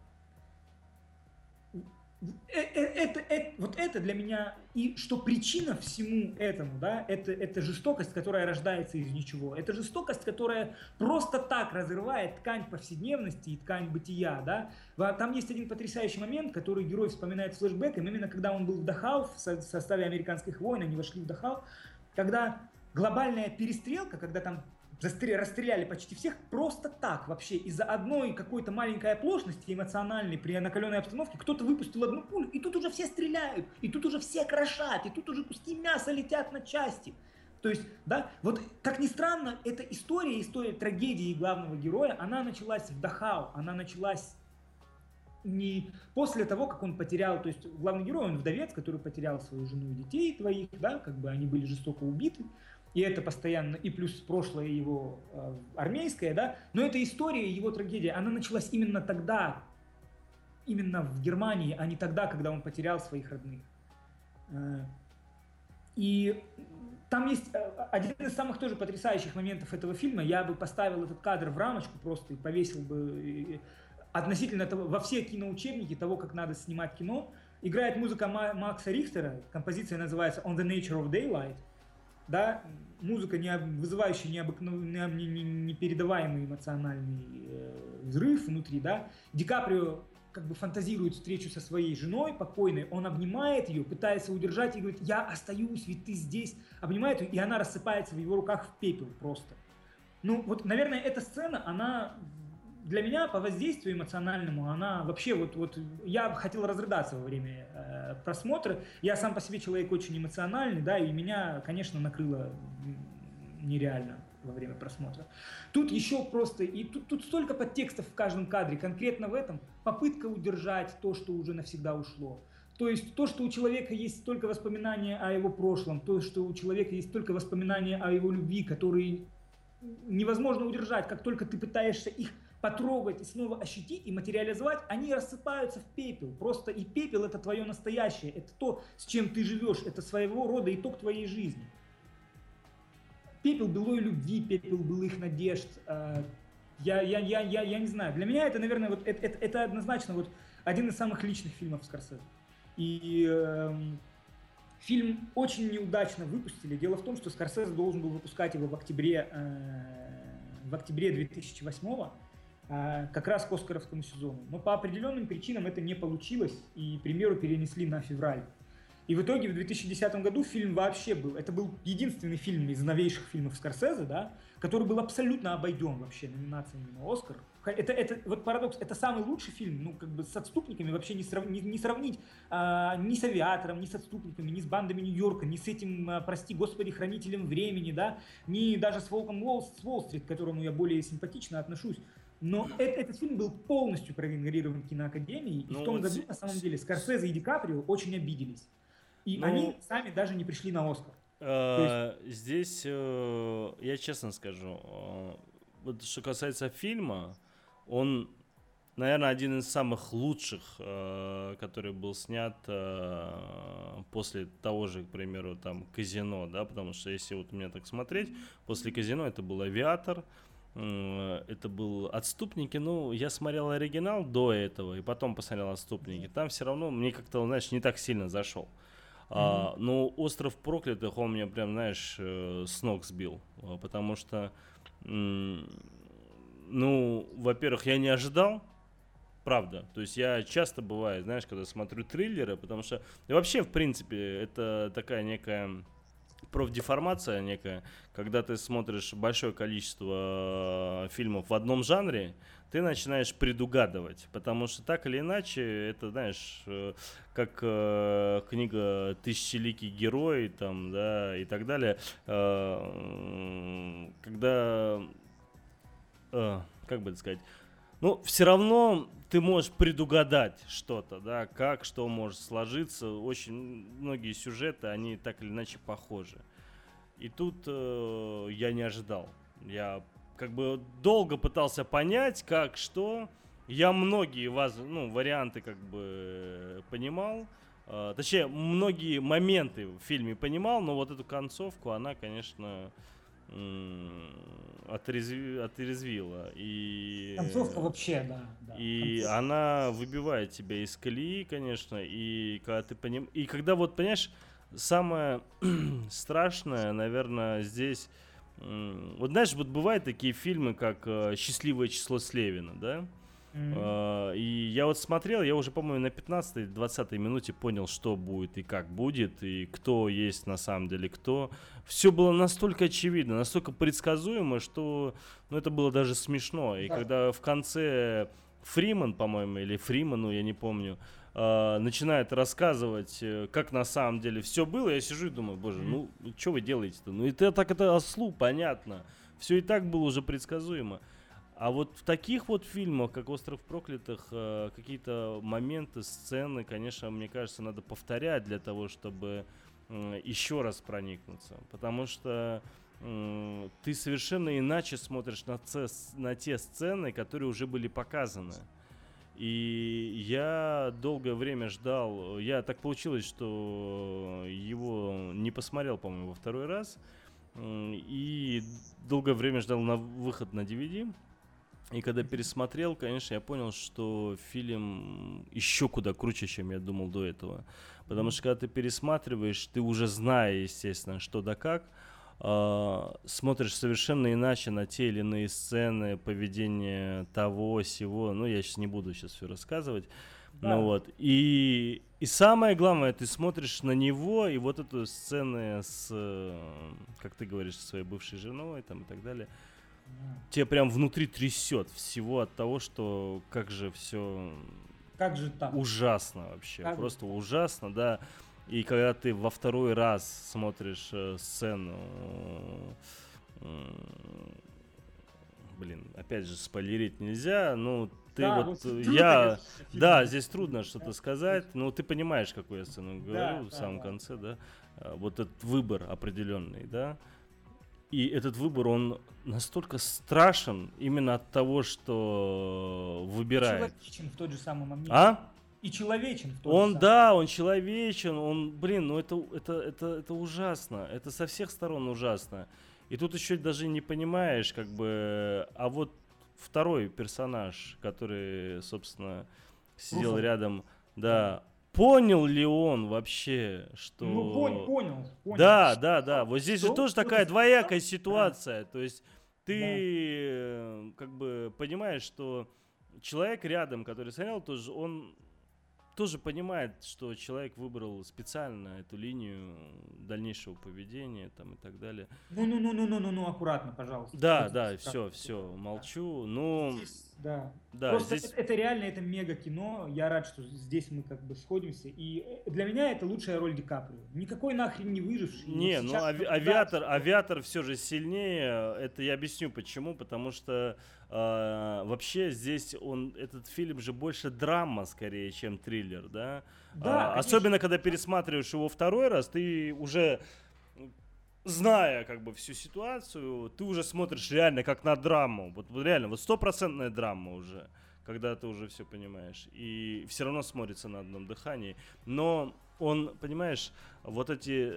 A: Вот это для меня, и что причина всему этому, да, это жестокость, которая рождается из ничего, это жестокость, которая просто так разрывает ткань повседневности и ткань бытия, да. Там есть один потрясающий момент, который герой вспоминает флешбэком, именно когда он был в Дахау, в составе американских войн, они вошли в Дахау, когда глобальная перестрелка, когда там расстреляли почти всех просто так вообще, из-за одной какой-то маленькой оплошности эмоциональной при накаленной обстановке, кто-то выпустил одну пулю, и тут уже все стреляют, и тут уже все крошат, и тут уже куски мяса летят на части. То есть, да, вот как ни странно, эта история трагедии главного героя, она началась в Дахау, она началась не после того, как он потерял, то есть главный герой, он вдовец, который потерял свою жену и детей двоих, да, как бы они были жестоко убиты, и это постоянно, и плюс прошлое его армейское, да, но эта история, его трагедия, она началась именно тогда, именно в Германии, а не тогда, когда он потерял своих родных. И там есть один из самых тоже потрясающих моментов этого фильма. Я бы поставил этот кадр в рамочку просто и повесил бы относительно того, во все киноучебники того, как надо снимать кино. Играет музыка Макса Рихтера, композиция называется «On the Nature of Daylight». Да, музыка, вызывающая непередаваемый эмоциональный взрыв внутри. Да. Ди Каприо как бы фантазирует встречу со своей женой покойной, он обнимает ее, пытается удержать и говорит: я остаюсь, ведь ты здесь. Обнимает ее, и она рассыпается в его руках в пепел просто. Ну вот, наверное, эта сцена, она для меня по воздействию эмоциональному, она вообще вот я хотел разрыдаться во время просмотра. Я сам по себе человек очень эмоциональный, да, и меня, конечно, накрыло нереально во время просмотра. Тут еще просто, и тут столько подтекстов в каждом кадре, конкретно в этом попытка удержать то, что уже навсегда ушло. То есть то, что у человека есть столько воспоминаний о его прошлом, то, что у человека есть столько воспоминаний о его любви, которые невозможно удержать, как только ты пытаешься их потрогать и снова ощутить и материализовать, они рассыпаются в пепел. Просто и пепел — это твое настоящее, это то, с чем ты живешь, это своего рода итог твоей жизни. Пепел былой любви, пепел былых надежд. Я не знаю. Для меня это, наверное, вот это однозначно вот один из самых личных фильмов Скорсезе. И фильм очень неудачно выпустили. Дело в том, что Скорсезе должен был выпускать его в октябре 2008-го, как раз к Оскаровскому сезону. Но по определенным причинам это не получилось, и премьеру перенесли на февраль. И в итоге в 2010 году фильм вообще был, это был единственный фильм из новейших фильмов Скорсезе, да, который был абсолютно обойден вообще номинациями на Оскар. Это вот парадокс, это самый лучший фильм, ну как бы с «Отступниками» вообще не сравнить ни с «Авиатором», ни с «Отступниками», ни с «Бандами Нью-Йорка», ни с этим, прости господи, «Хранителем времени», да, ни даже с «Волком с Уолл-стрит», к которому я более симпатично отношусь. Но этот фильм был полностью проигнорирован киноакадемией, и в том году, на самом деле, Скорсезе и Ди Каприо очень обиделись. И они сами даже не пришли на Оскар.
D: Здесь, я честно скажу, вот что касается фильма, он, наверное, один из самых лучших, который был снят после того же, к примеру, там, «Казино», да, потому что если вот у меня так смотреть, после «Казино» это был «Авиатор», это был «Отступники», ну, я смотрел оригинал до этого, и потом посмотрел «Отступники», там все равно мне как-то, знаешь, не так сильно зашел. Но «Остров проклятых» он меня прям, знаешь, с ног сбил, потому что, ну, во-первых, я не ожидал, правда, то есть я часто бывает, знаешь, когда смотрю триллеры, потому что, и вообще, в принципе, это такая некая профдеформация некая, когда ты смотришь большое количество фильмов в одном жанре, ты начинаешь предугадывать, потому что так или иначе, это, знаешь, как книга «Тысячеликий герой», там, да, и так далее, когда, как бы это сказать, ну, все равно ты можешь предугадать что-то, да, как, что может сложиться. Очень многие сюжеты, они так или иначе похожи. И тут я не ожидал. Я как бы долго пытался понять, как, что. Я многие варианты как бы понимал. Точнее, многие моменты в фильме понимал, но вот эту концовку, она, конечно, отрезвила. И
A: концовка вообще, да.
D: И
A: концовка.
D: она выбивает тебя из колеи, конечно. И когда ты и когда вот, понимаешь, самое страшное, наверное, здесь... Вот знаешь, вот бывают такие фильмы, как «Счастливое число Слевина», да? И я вот смотрел, я уже, по-моему, на 15-20 минуте понял, что будет и как будет, и кто есть на самом деле кто. Все было настолько очевидно, настолько предсказуемо, что это было даже смешно. И когда в конце Фриман, по-моему, или Фриману, я не помню, начинает рассказывать, как на самом деле все было, я сижу и думаю, боже, ну что вы делаете-то? Ну это так это ослу понятно. Все и так было уже предсказуемо. А вот в таких вот фильмах, как «Остров проклятых», какие-то моменты, сцены, конечно, мне кажется, надо повторять для того, чтобы еще раз проникнуться. Потому что ты совершенно иначе смотришь на те сцены, которые уже были показаны. И я долгое время ждал, так получилось, что его не посмотрел, по-моему, во второй раз, и долгое время ждал на выход на DVD. И когда пересмотрел, конечно, я понял, что фильм еще куда круче, чем я думал до этого. Потому что когда ты пересматриваешь, ты уже зная, естественно, что да как, смотришь совершенно иначе на те или иные сцены, поведение того, сего. Ну, я сейчас не буду все рассказывать. Да. Ну вот. И самое главное, ты смотришь на него, и вот эту сцену с, как ты говоришь, со своей бывшей женой там, и так далее. Тебе прям внутри трясет всего от того, что как же все ужасно вообще. Как просто ужасно, да. И когда ты во второй раз смотришь сцену, опять же, спойлерить нельзя, ну, ты да, вот здесь трудно что-то сказать, но ты понимаешь, какую я сцену говорю в самом конце, да, вот этот выбор определенный, да, и этот выбор, он настолько страшен именно от того, что выбирает.
A: Человечен в тот же самый момент. И человечен в тот же самый.
D: Да, он человечен, это ужасно, это со всех сторон ужасно. И тут еще даже не понимаешь, как бы, а вот второй персонаж, который, собственно, сидел рядом, да, понял ли он вообще, что...
A: Ну, понял.
D: Да, вот здесь же тоже такая двоякая ситуация, то есть ты как бы понимаешь, что человек рядом, который смотрел, тоже он тоже понимает, что человек выбрал специально эту линию дальнейшего поведения там и так далее.
A: Ну, аккуратно, пожалуйста.
D: Да, все, молчу. Ну,
A: да. Просто здесь... это реально, это мега кино. Я рад, что здесь мы как бы сходимся. И для меня это лучшая роль Ди Каприо. Никакой нахрен не выживший.
D: Не, ну авиатор все же сильнее. Это я объясню почему. Потому что вообще здесь этот фильм же больше драма скорее, чем триллер, да? Особенно когда пересматриваешь его второй раз, ты уже, зная как бы всю ситуацию, ты уже смотришь реально как на драму. Вот реально, вот 100% драма уже, когда ты уже все понимаешь. И все равно смотрится на одном дыхании. Но он, понимаешь, вот эти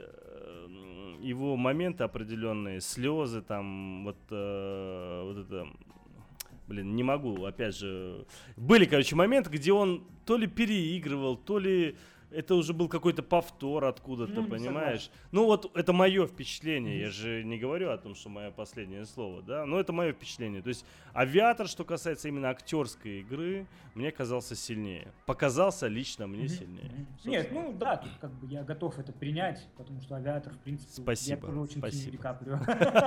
D: его моменты определенные, слезы там, вот это... не могу, опять же. Были, моменты, где он то ли переигрывал, то ли это уже был какой-то повтор откуда-то, понимаешь? Согласен. Ну вот это мое впечатление, я же не говорю о том, что мое последнее слово, да, но это мое впечатление. То есть «Авиатор», что касается именно актерской игры, мне казался сильнее. Показался лично мне сильнее.
A: Нет, тут как бы я готов это принять, потому что «Авиатор», в принципе,
D: спасибо,
A: я тоже очень ценю Ди Каприо.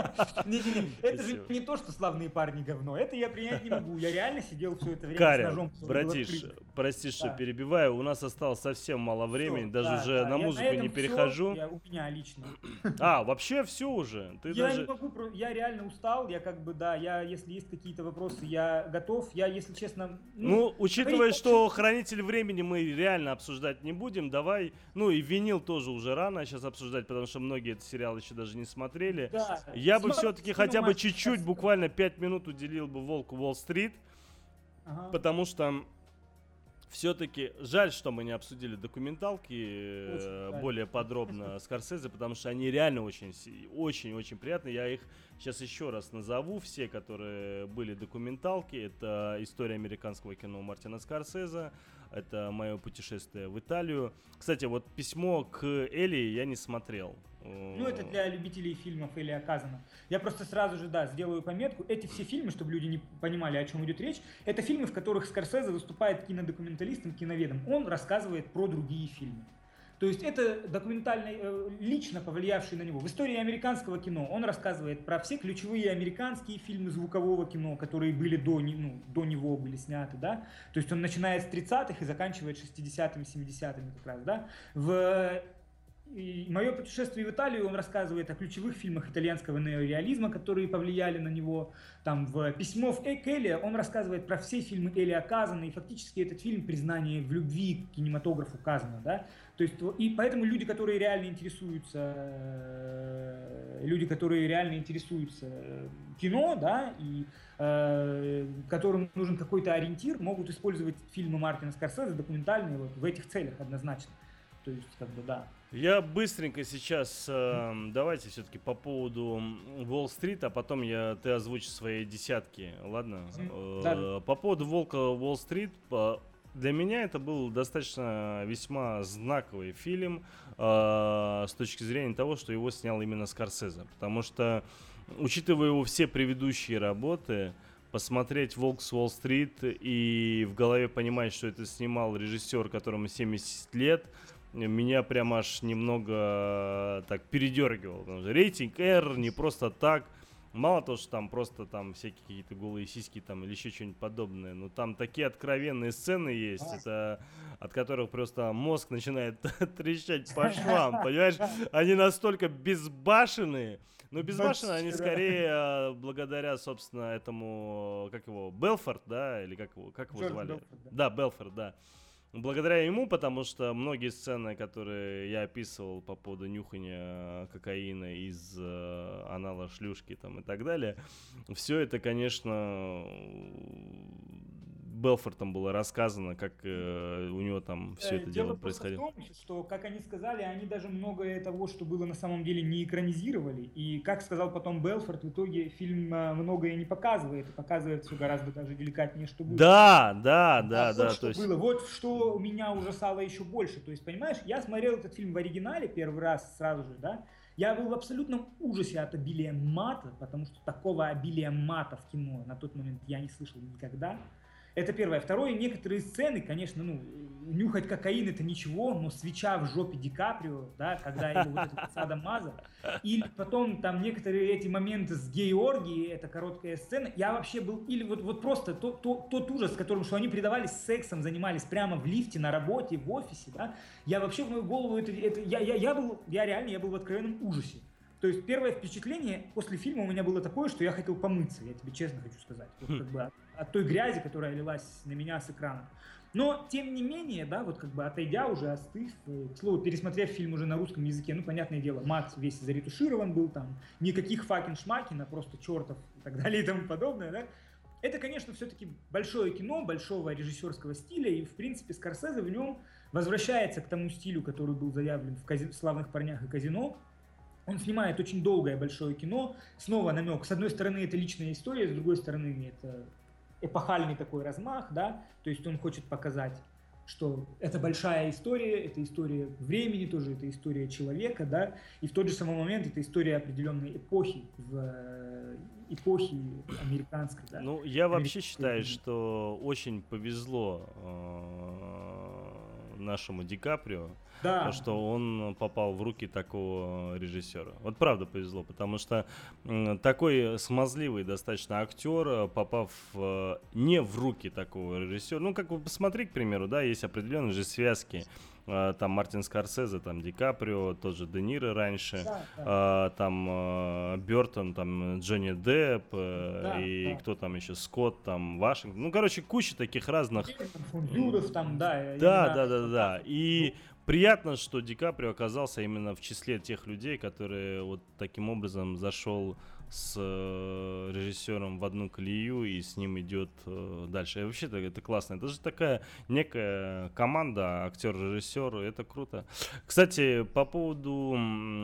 A: Это же не то, что «Славные парни» говно, это я принять не могу. Я реально сидел все это время с ножом.
D: Братиш, прости, что перебиваю, у нас осталось совсем мало времени, даже уже на музыку не перехожу.
A: У меня лично.
D: Вообще все уже.
A: Не могу, я реально устал, если есть какие-то вопросы, я готов, если честно...
D: учитывая, что «Хранитель времени» мы реально обсуждать не будем, давай, и «Винил» тоже уже рано сейчас обсуждать, потому что многие этот сериал еще даже не смотрели. Да. Я бы все-таки хотя бы чуть-чуть, буквально 5 минут уделил бы «Волку Уолл-стрит», потому что... Все-таки жаль, что мы не обсудили документалки более подробно Скорсезе, потому что они реально очень-очень приятные. Я их сейчас еще раз назову, все, которые были документалки. Это «История американского кино» Мартина Скорсезе, это «Мое путешествие в Италию». Кстати, вот «Письмо к Элли» я не смотрел.
A: Это для любителей фильмов Элия Казана. Я просто сразу же, сделаю пометку. Эти все фильмы, чтобы люди не понимали, о чем идет речь, это фильмы, в которых Скорсезе выступает кинодокументалистом, киноведом. Он рассказывает про другие фильмы. То есть это документальный, лично повлиявший на него. В истории американского кино он рассказывает про все ключевые американские фильмы звукового кино, которые были до него были сняты, да. То есть он начинает с 30-х и заканчивает 60-ми, 70-ми как раз, да. В И «Мое путешествие в Италию» он рассказывает о ключевых фильмах итальянского неореализма, которые повлияли на него. Там в «Письмо к Элио» он рассказывает про все фильмы Элио Казана, и фактически этот фильм признание в любви к кинематографу Казана, да. То есть, и поэтому люди, которые реально интересуются кино, да, и которым нужен какой-то ориентир, могут использовать фильмы Мартина Скорсезе документальные вот в этих целях однозначно. То есть, как бы, да.
D: Я быстренько сейчас, давайте все-таки по поводу Уолл-стрит, а потом ты озвучишь свои десятки, ладно?
A: Да.
D: По поводу Волка Уолл-стрит, для меня это был достаточно весьма знаковый фильм с точки зрения того, что его снял именно Скорсезе, потому что, учитывая его все предыдущие работы, посмотреть «Волк с Уолл-стрит» и в голове понимать, что это снимал режиссер, которому 70 лет, меня прям аж немного так передергивал. Потому что рейтинг R не просто так. Мало того, что там просто там всякие какие-то голые сиськи там или еще что-нибудь подобное, но там такие откровенные сцены есть, это от которых просто мозг начинает трещать по швам, понимаешь? Они настолько безбашенные, но безбашенные они скорее благодаря, собственно, этому, как его, Белфорд, да, или как его звали?
A: Белфорд,
D: да, Белфорд, да. Благодаря ему, потому что многие сцены, которые я описывал по поводу нюхания кокаина из анала шлюшки там, и так далее, все это, конечно, Белфортом было рассказано, как у него там все это дело происходило.
A: Дело в том, что, как они сказали, они даже многое того, что было на самом деле, не экранизировали. И, как сказал потом Белфорд, в итоге фильм многое не показывает, и показывает все гораздо даже деликатнее, что было.
D: Да.
A: Вот что было. Вот что меня ужасало еще больше. То есть, понимаешь, я смотрел этот фильм в оригинале первый раз сразу же, да, я был в абсолютном ужасе от обилия мата, потому что такого обилия мата в кино на тот момент я не слышал никогда. Это первое. Второе, некоторые сцены, конечно, нюхать кокаин это ничего, но свеча в жопе Ди Каприо, да, когда его вот этот Сада Маза, или потом там некоторые эти моменты с гей-оргией, это короткая сцена, я вообще был, или вот просто тот ужас, которым, что они предавались сексом, занимались прямо в лифте, на работе, в офисе, да, я вообще в мою голову, я был в откровенном ужасе. То есть первое впечатление после фильма у меня было такое, что я хотел помыться, я тебе честно хочу сказать. Вот как бы от той грязи, которая лилась на меня с экрана. Но, тем не менее, да, вот как бы отойдя уже, остыв, к слову, пересмотрев фильм уже на русском языке, понятное дело, мат весь заретуширован был там, никаких факин-шмакин, а просто чертов и так далее и тому подобное, да. Это, конечно, все-таки большое кино, большого режиссерского стиля, и, в принципе, Скорсезе в нем возвращается к тому стилю, который был заявлен в «Славных парнях» и «Казино». Он снимает очень долгое большое кино. Снова намек. С одной стороны, это личная история, с другой стороны, это эпохальный такой размах, да. То есть он хочет показать, что это большая история, это история времени тоже, это история человека, да. И в тот же самый момент это история определенной эпохи, эпохи американской, да.
D: Я вообще считаю, что очень повезло нашему Ди Каприо,
A: да.
D: Что он попал в руки такого режиссера. Вот правда повезло, потому что такой смазливый достаточно актер, попав не в руки такого режиссера, как вы посмотри, к примеру, да, есть определенные же связки. Там Мартин Скорсезе, там Ди Каприо, тот же Де Ниро раньше, там Бёртон, там Джонни Депп, кто там еще, Скотт, там Вашингтон. Куча таких разных.
A: Юров там, да.
D: Да. И приятно, что Ди Каприо оказался именно в числе тех людей, которые вот таким образом зашел с режиссером в одну колею и с ним идет дальше. И вообще это классно. Это же такая некая команда, актер-режиссер, это круто. Кстати, по поводу...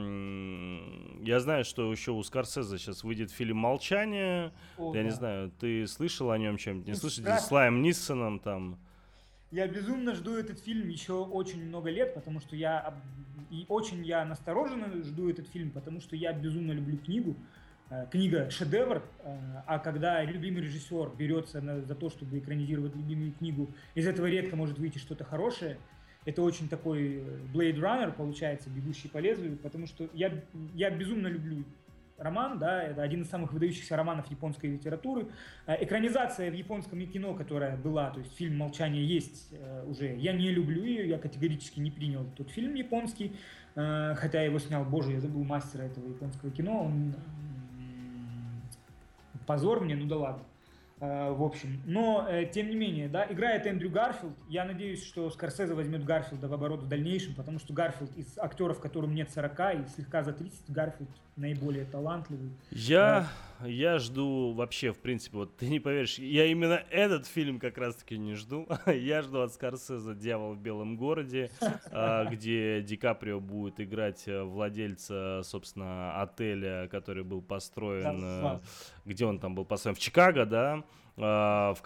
D: Я знаю, что еще у Скорсезе сейчас выйдет фильм «Молчание». Не знаю, ты слышал о нем чем-нибудь? Не слышал? С Лайм Нисоном там...
A: Я безумно жду этот фильм еще очень много лет, потому что я настороженно жду этот фильм, потому что я безумно люблю книгу. Книга шедевр, а когда любимый режиссер берется за то, чтобы экранизировать любимую книгу, из этого редко может выйти что-то хорошее. Это очень такой Blade Runner получается, бегущий по лезвию, потому что я безумно люблю роман, да, это один из самых выдающихся романов японской литературы. Экранизация в японском кино, которая была, то есть фильм «Молчание» есть уже. Я не люблю ее, я категорически не принял тот фильм японский, хотя его снял, боже, я забыл мастера этого японского кино, он позор мне, ну да ладно. В общем, но тем не менее, да, играет Эндрю Гарфилд. Я надеюсь, что Скорсезе возьмет Гарфилда в оборот в дальнейшем, потому что Гарфилд из актеров, которым нет 40 и слегка за 30, Гарфилд наиболее талантливый.
D: Я жду вообще, в принципе, вот ты не поверишь, я именно этот фильм как раз-таки не жду. Я жду от Скорсезе «Дьявол в белом городе», где Ди Каприо будет играть владельца, собственно, отеля, который был построен, где он там был построен, в Чикаго, да, в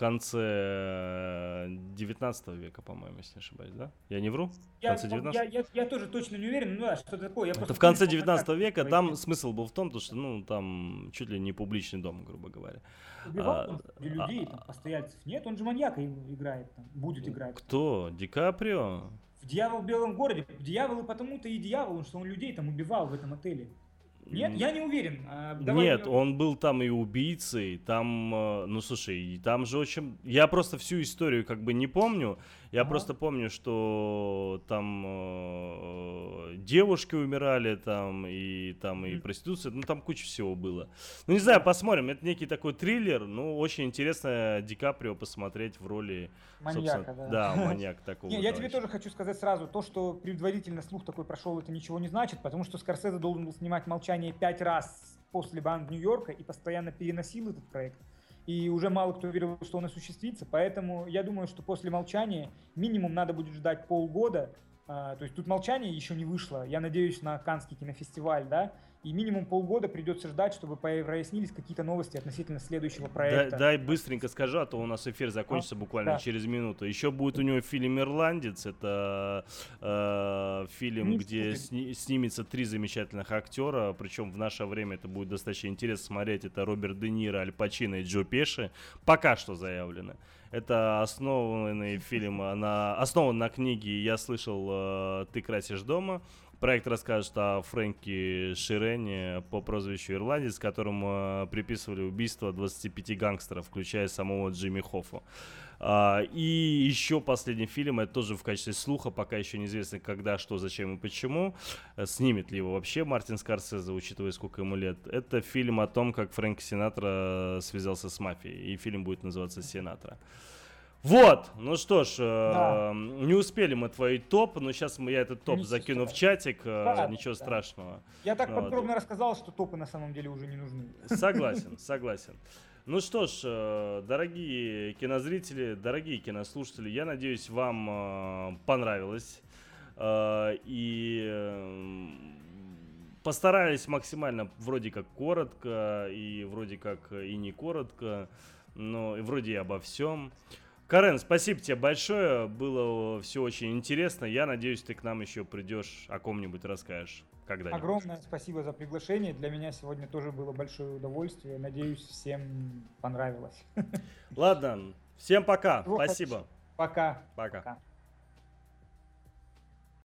D: конце 19 века, по-моему, если не ошибаюсь, да? Я не вру? В конце 19?
A: Я тоже точно не уверен, ну да, что такое.
D: Это в конце 19 века, там смысл был в том, что, ну, там чуть ли не публичный дом, грубо говоря.
A: Убивал людей, там, постояльцев. Нет, он же маньяка играет, там, будет играть.
D: Кто? Ди Каприо?
A: В «Дьявол в белом городе». Дьявол и потому-то и дьявол, что он людей там убивал в этом отеле. Нет, я не уверен.
D: Нет, он был там и убийцей, там, ну слушай, там же очень... Я просто всю историю как бы не помню, я просто помню, что там девушки умирали, там и проституция, ну там куча всего было. Ну не знаю, посмотрим, это некий такой триллер, ну очень интересно Ди Каприо посмотреть в роли...
A: маньяка, да.
D: Да, маньяк такого.
A: Я тебе тоже хочу сказать сразу, то, что предварительно слух такой прошел, это ничего не значит, потому что Скорсезе должен был снимать «Молчание» 5 раз после «Банд Нью-Йорка» и постоянно переносил этот проект. И уже мало кто верил, что он осуществится, поэтому я думаю, что после «Молчания» минимум надо будет ждать полгода. То есть тут «Молчание» еще не вышло, я надеюсь на Каннский кинофестиваль, да, и минимум полгода придется ждать, чтобы прояснились какие-то новости относительно следующего проекта.
D: Дай быстренько скажу, а то у нас эфир закончится буквально через минуту. Еще будет у него фильм «Ирландец». Это фильм, где снимется 3 замечательных актера. Причем в наше время это будет достаточно интересно смотреть. Это Роберт Де Ниро, Аль Пачино и Джо Пеши. Пока что заявлено. Это основанный фильм, основан на книге «Я слышал, ты красишь дома». Проект расскажет о Фрэнке Ширене по прозвищу Ирландец, которому приписывали убийство 25 гангстеров, включая самого Джимми Хоффа. И еще последний фильм, это тоже в качестве слуха, пока еще неизвестно когда, что, зачем и почему. Снимет ли его вообще Мартин Скорсезе, учитывая, сколько ему лет. Это фильм о том, как Фрэнк Синатра связался с мафией. И фильм будет называться «Синатра». Вот, ну что ж, не успели мы твой топ, но сейчас я этот топ закину в чатик, ничего страшного.
A: Я так подробно рассказал, что топы на самом деле уже не нужны.
D: Согласен. Ну что ж, дорогие кинозрители, дорогие кинослушатели, я надеюсь, вам понравилось. И постарались максимально вроде как коротко, и вроде как и не коротко, но и вроде и обо всем. Карен, спасибо тебе большое, было все очень интересно. Я надеюсь, ты к нам еще придешь, о ком-нибудь расскажешь когда-нибудь.
A: Огромное спасибо за приглашение. Для меня сегодня тоже было большое удовольствие. Надеюсь, всем понравилось.
D: Ладно, всем пока. Спасибо.
A: Пока.
D: Пока.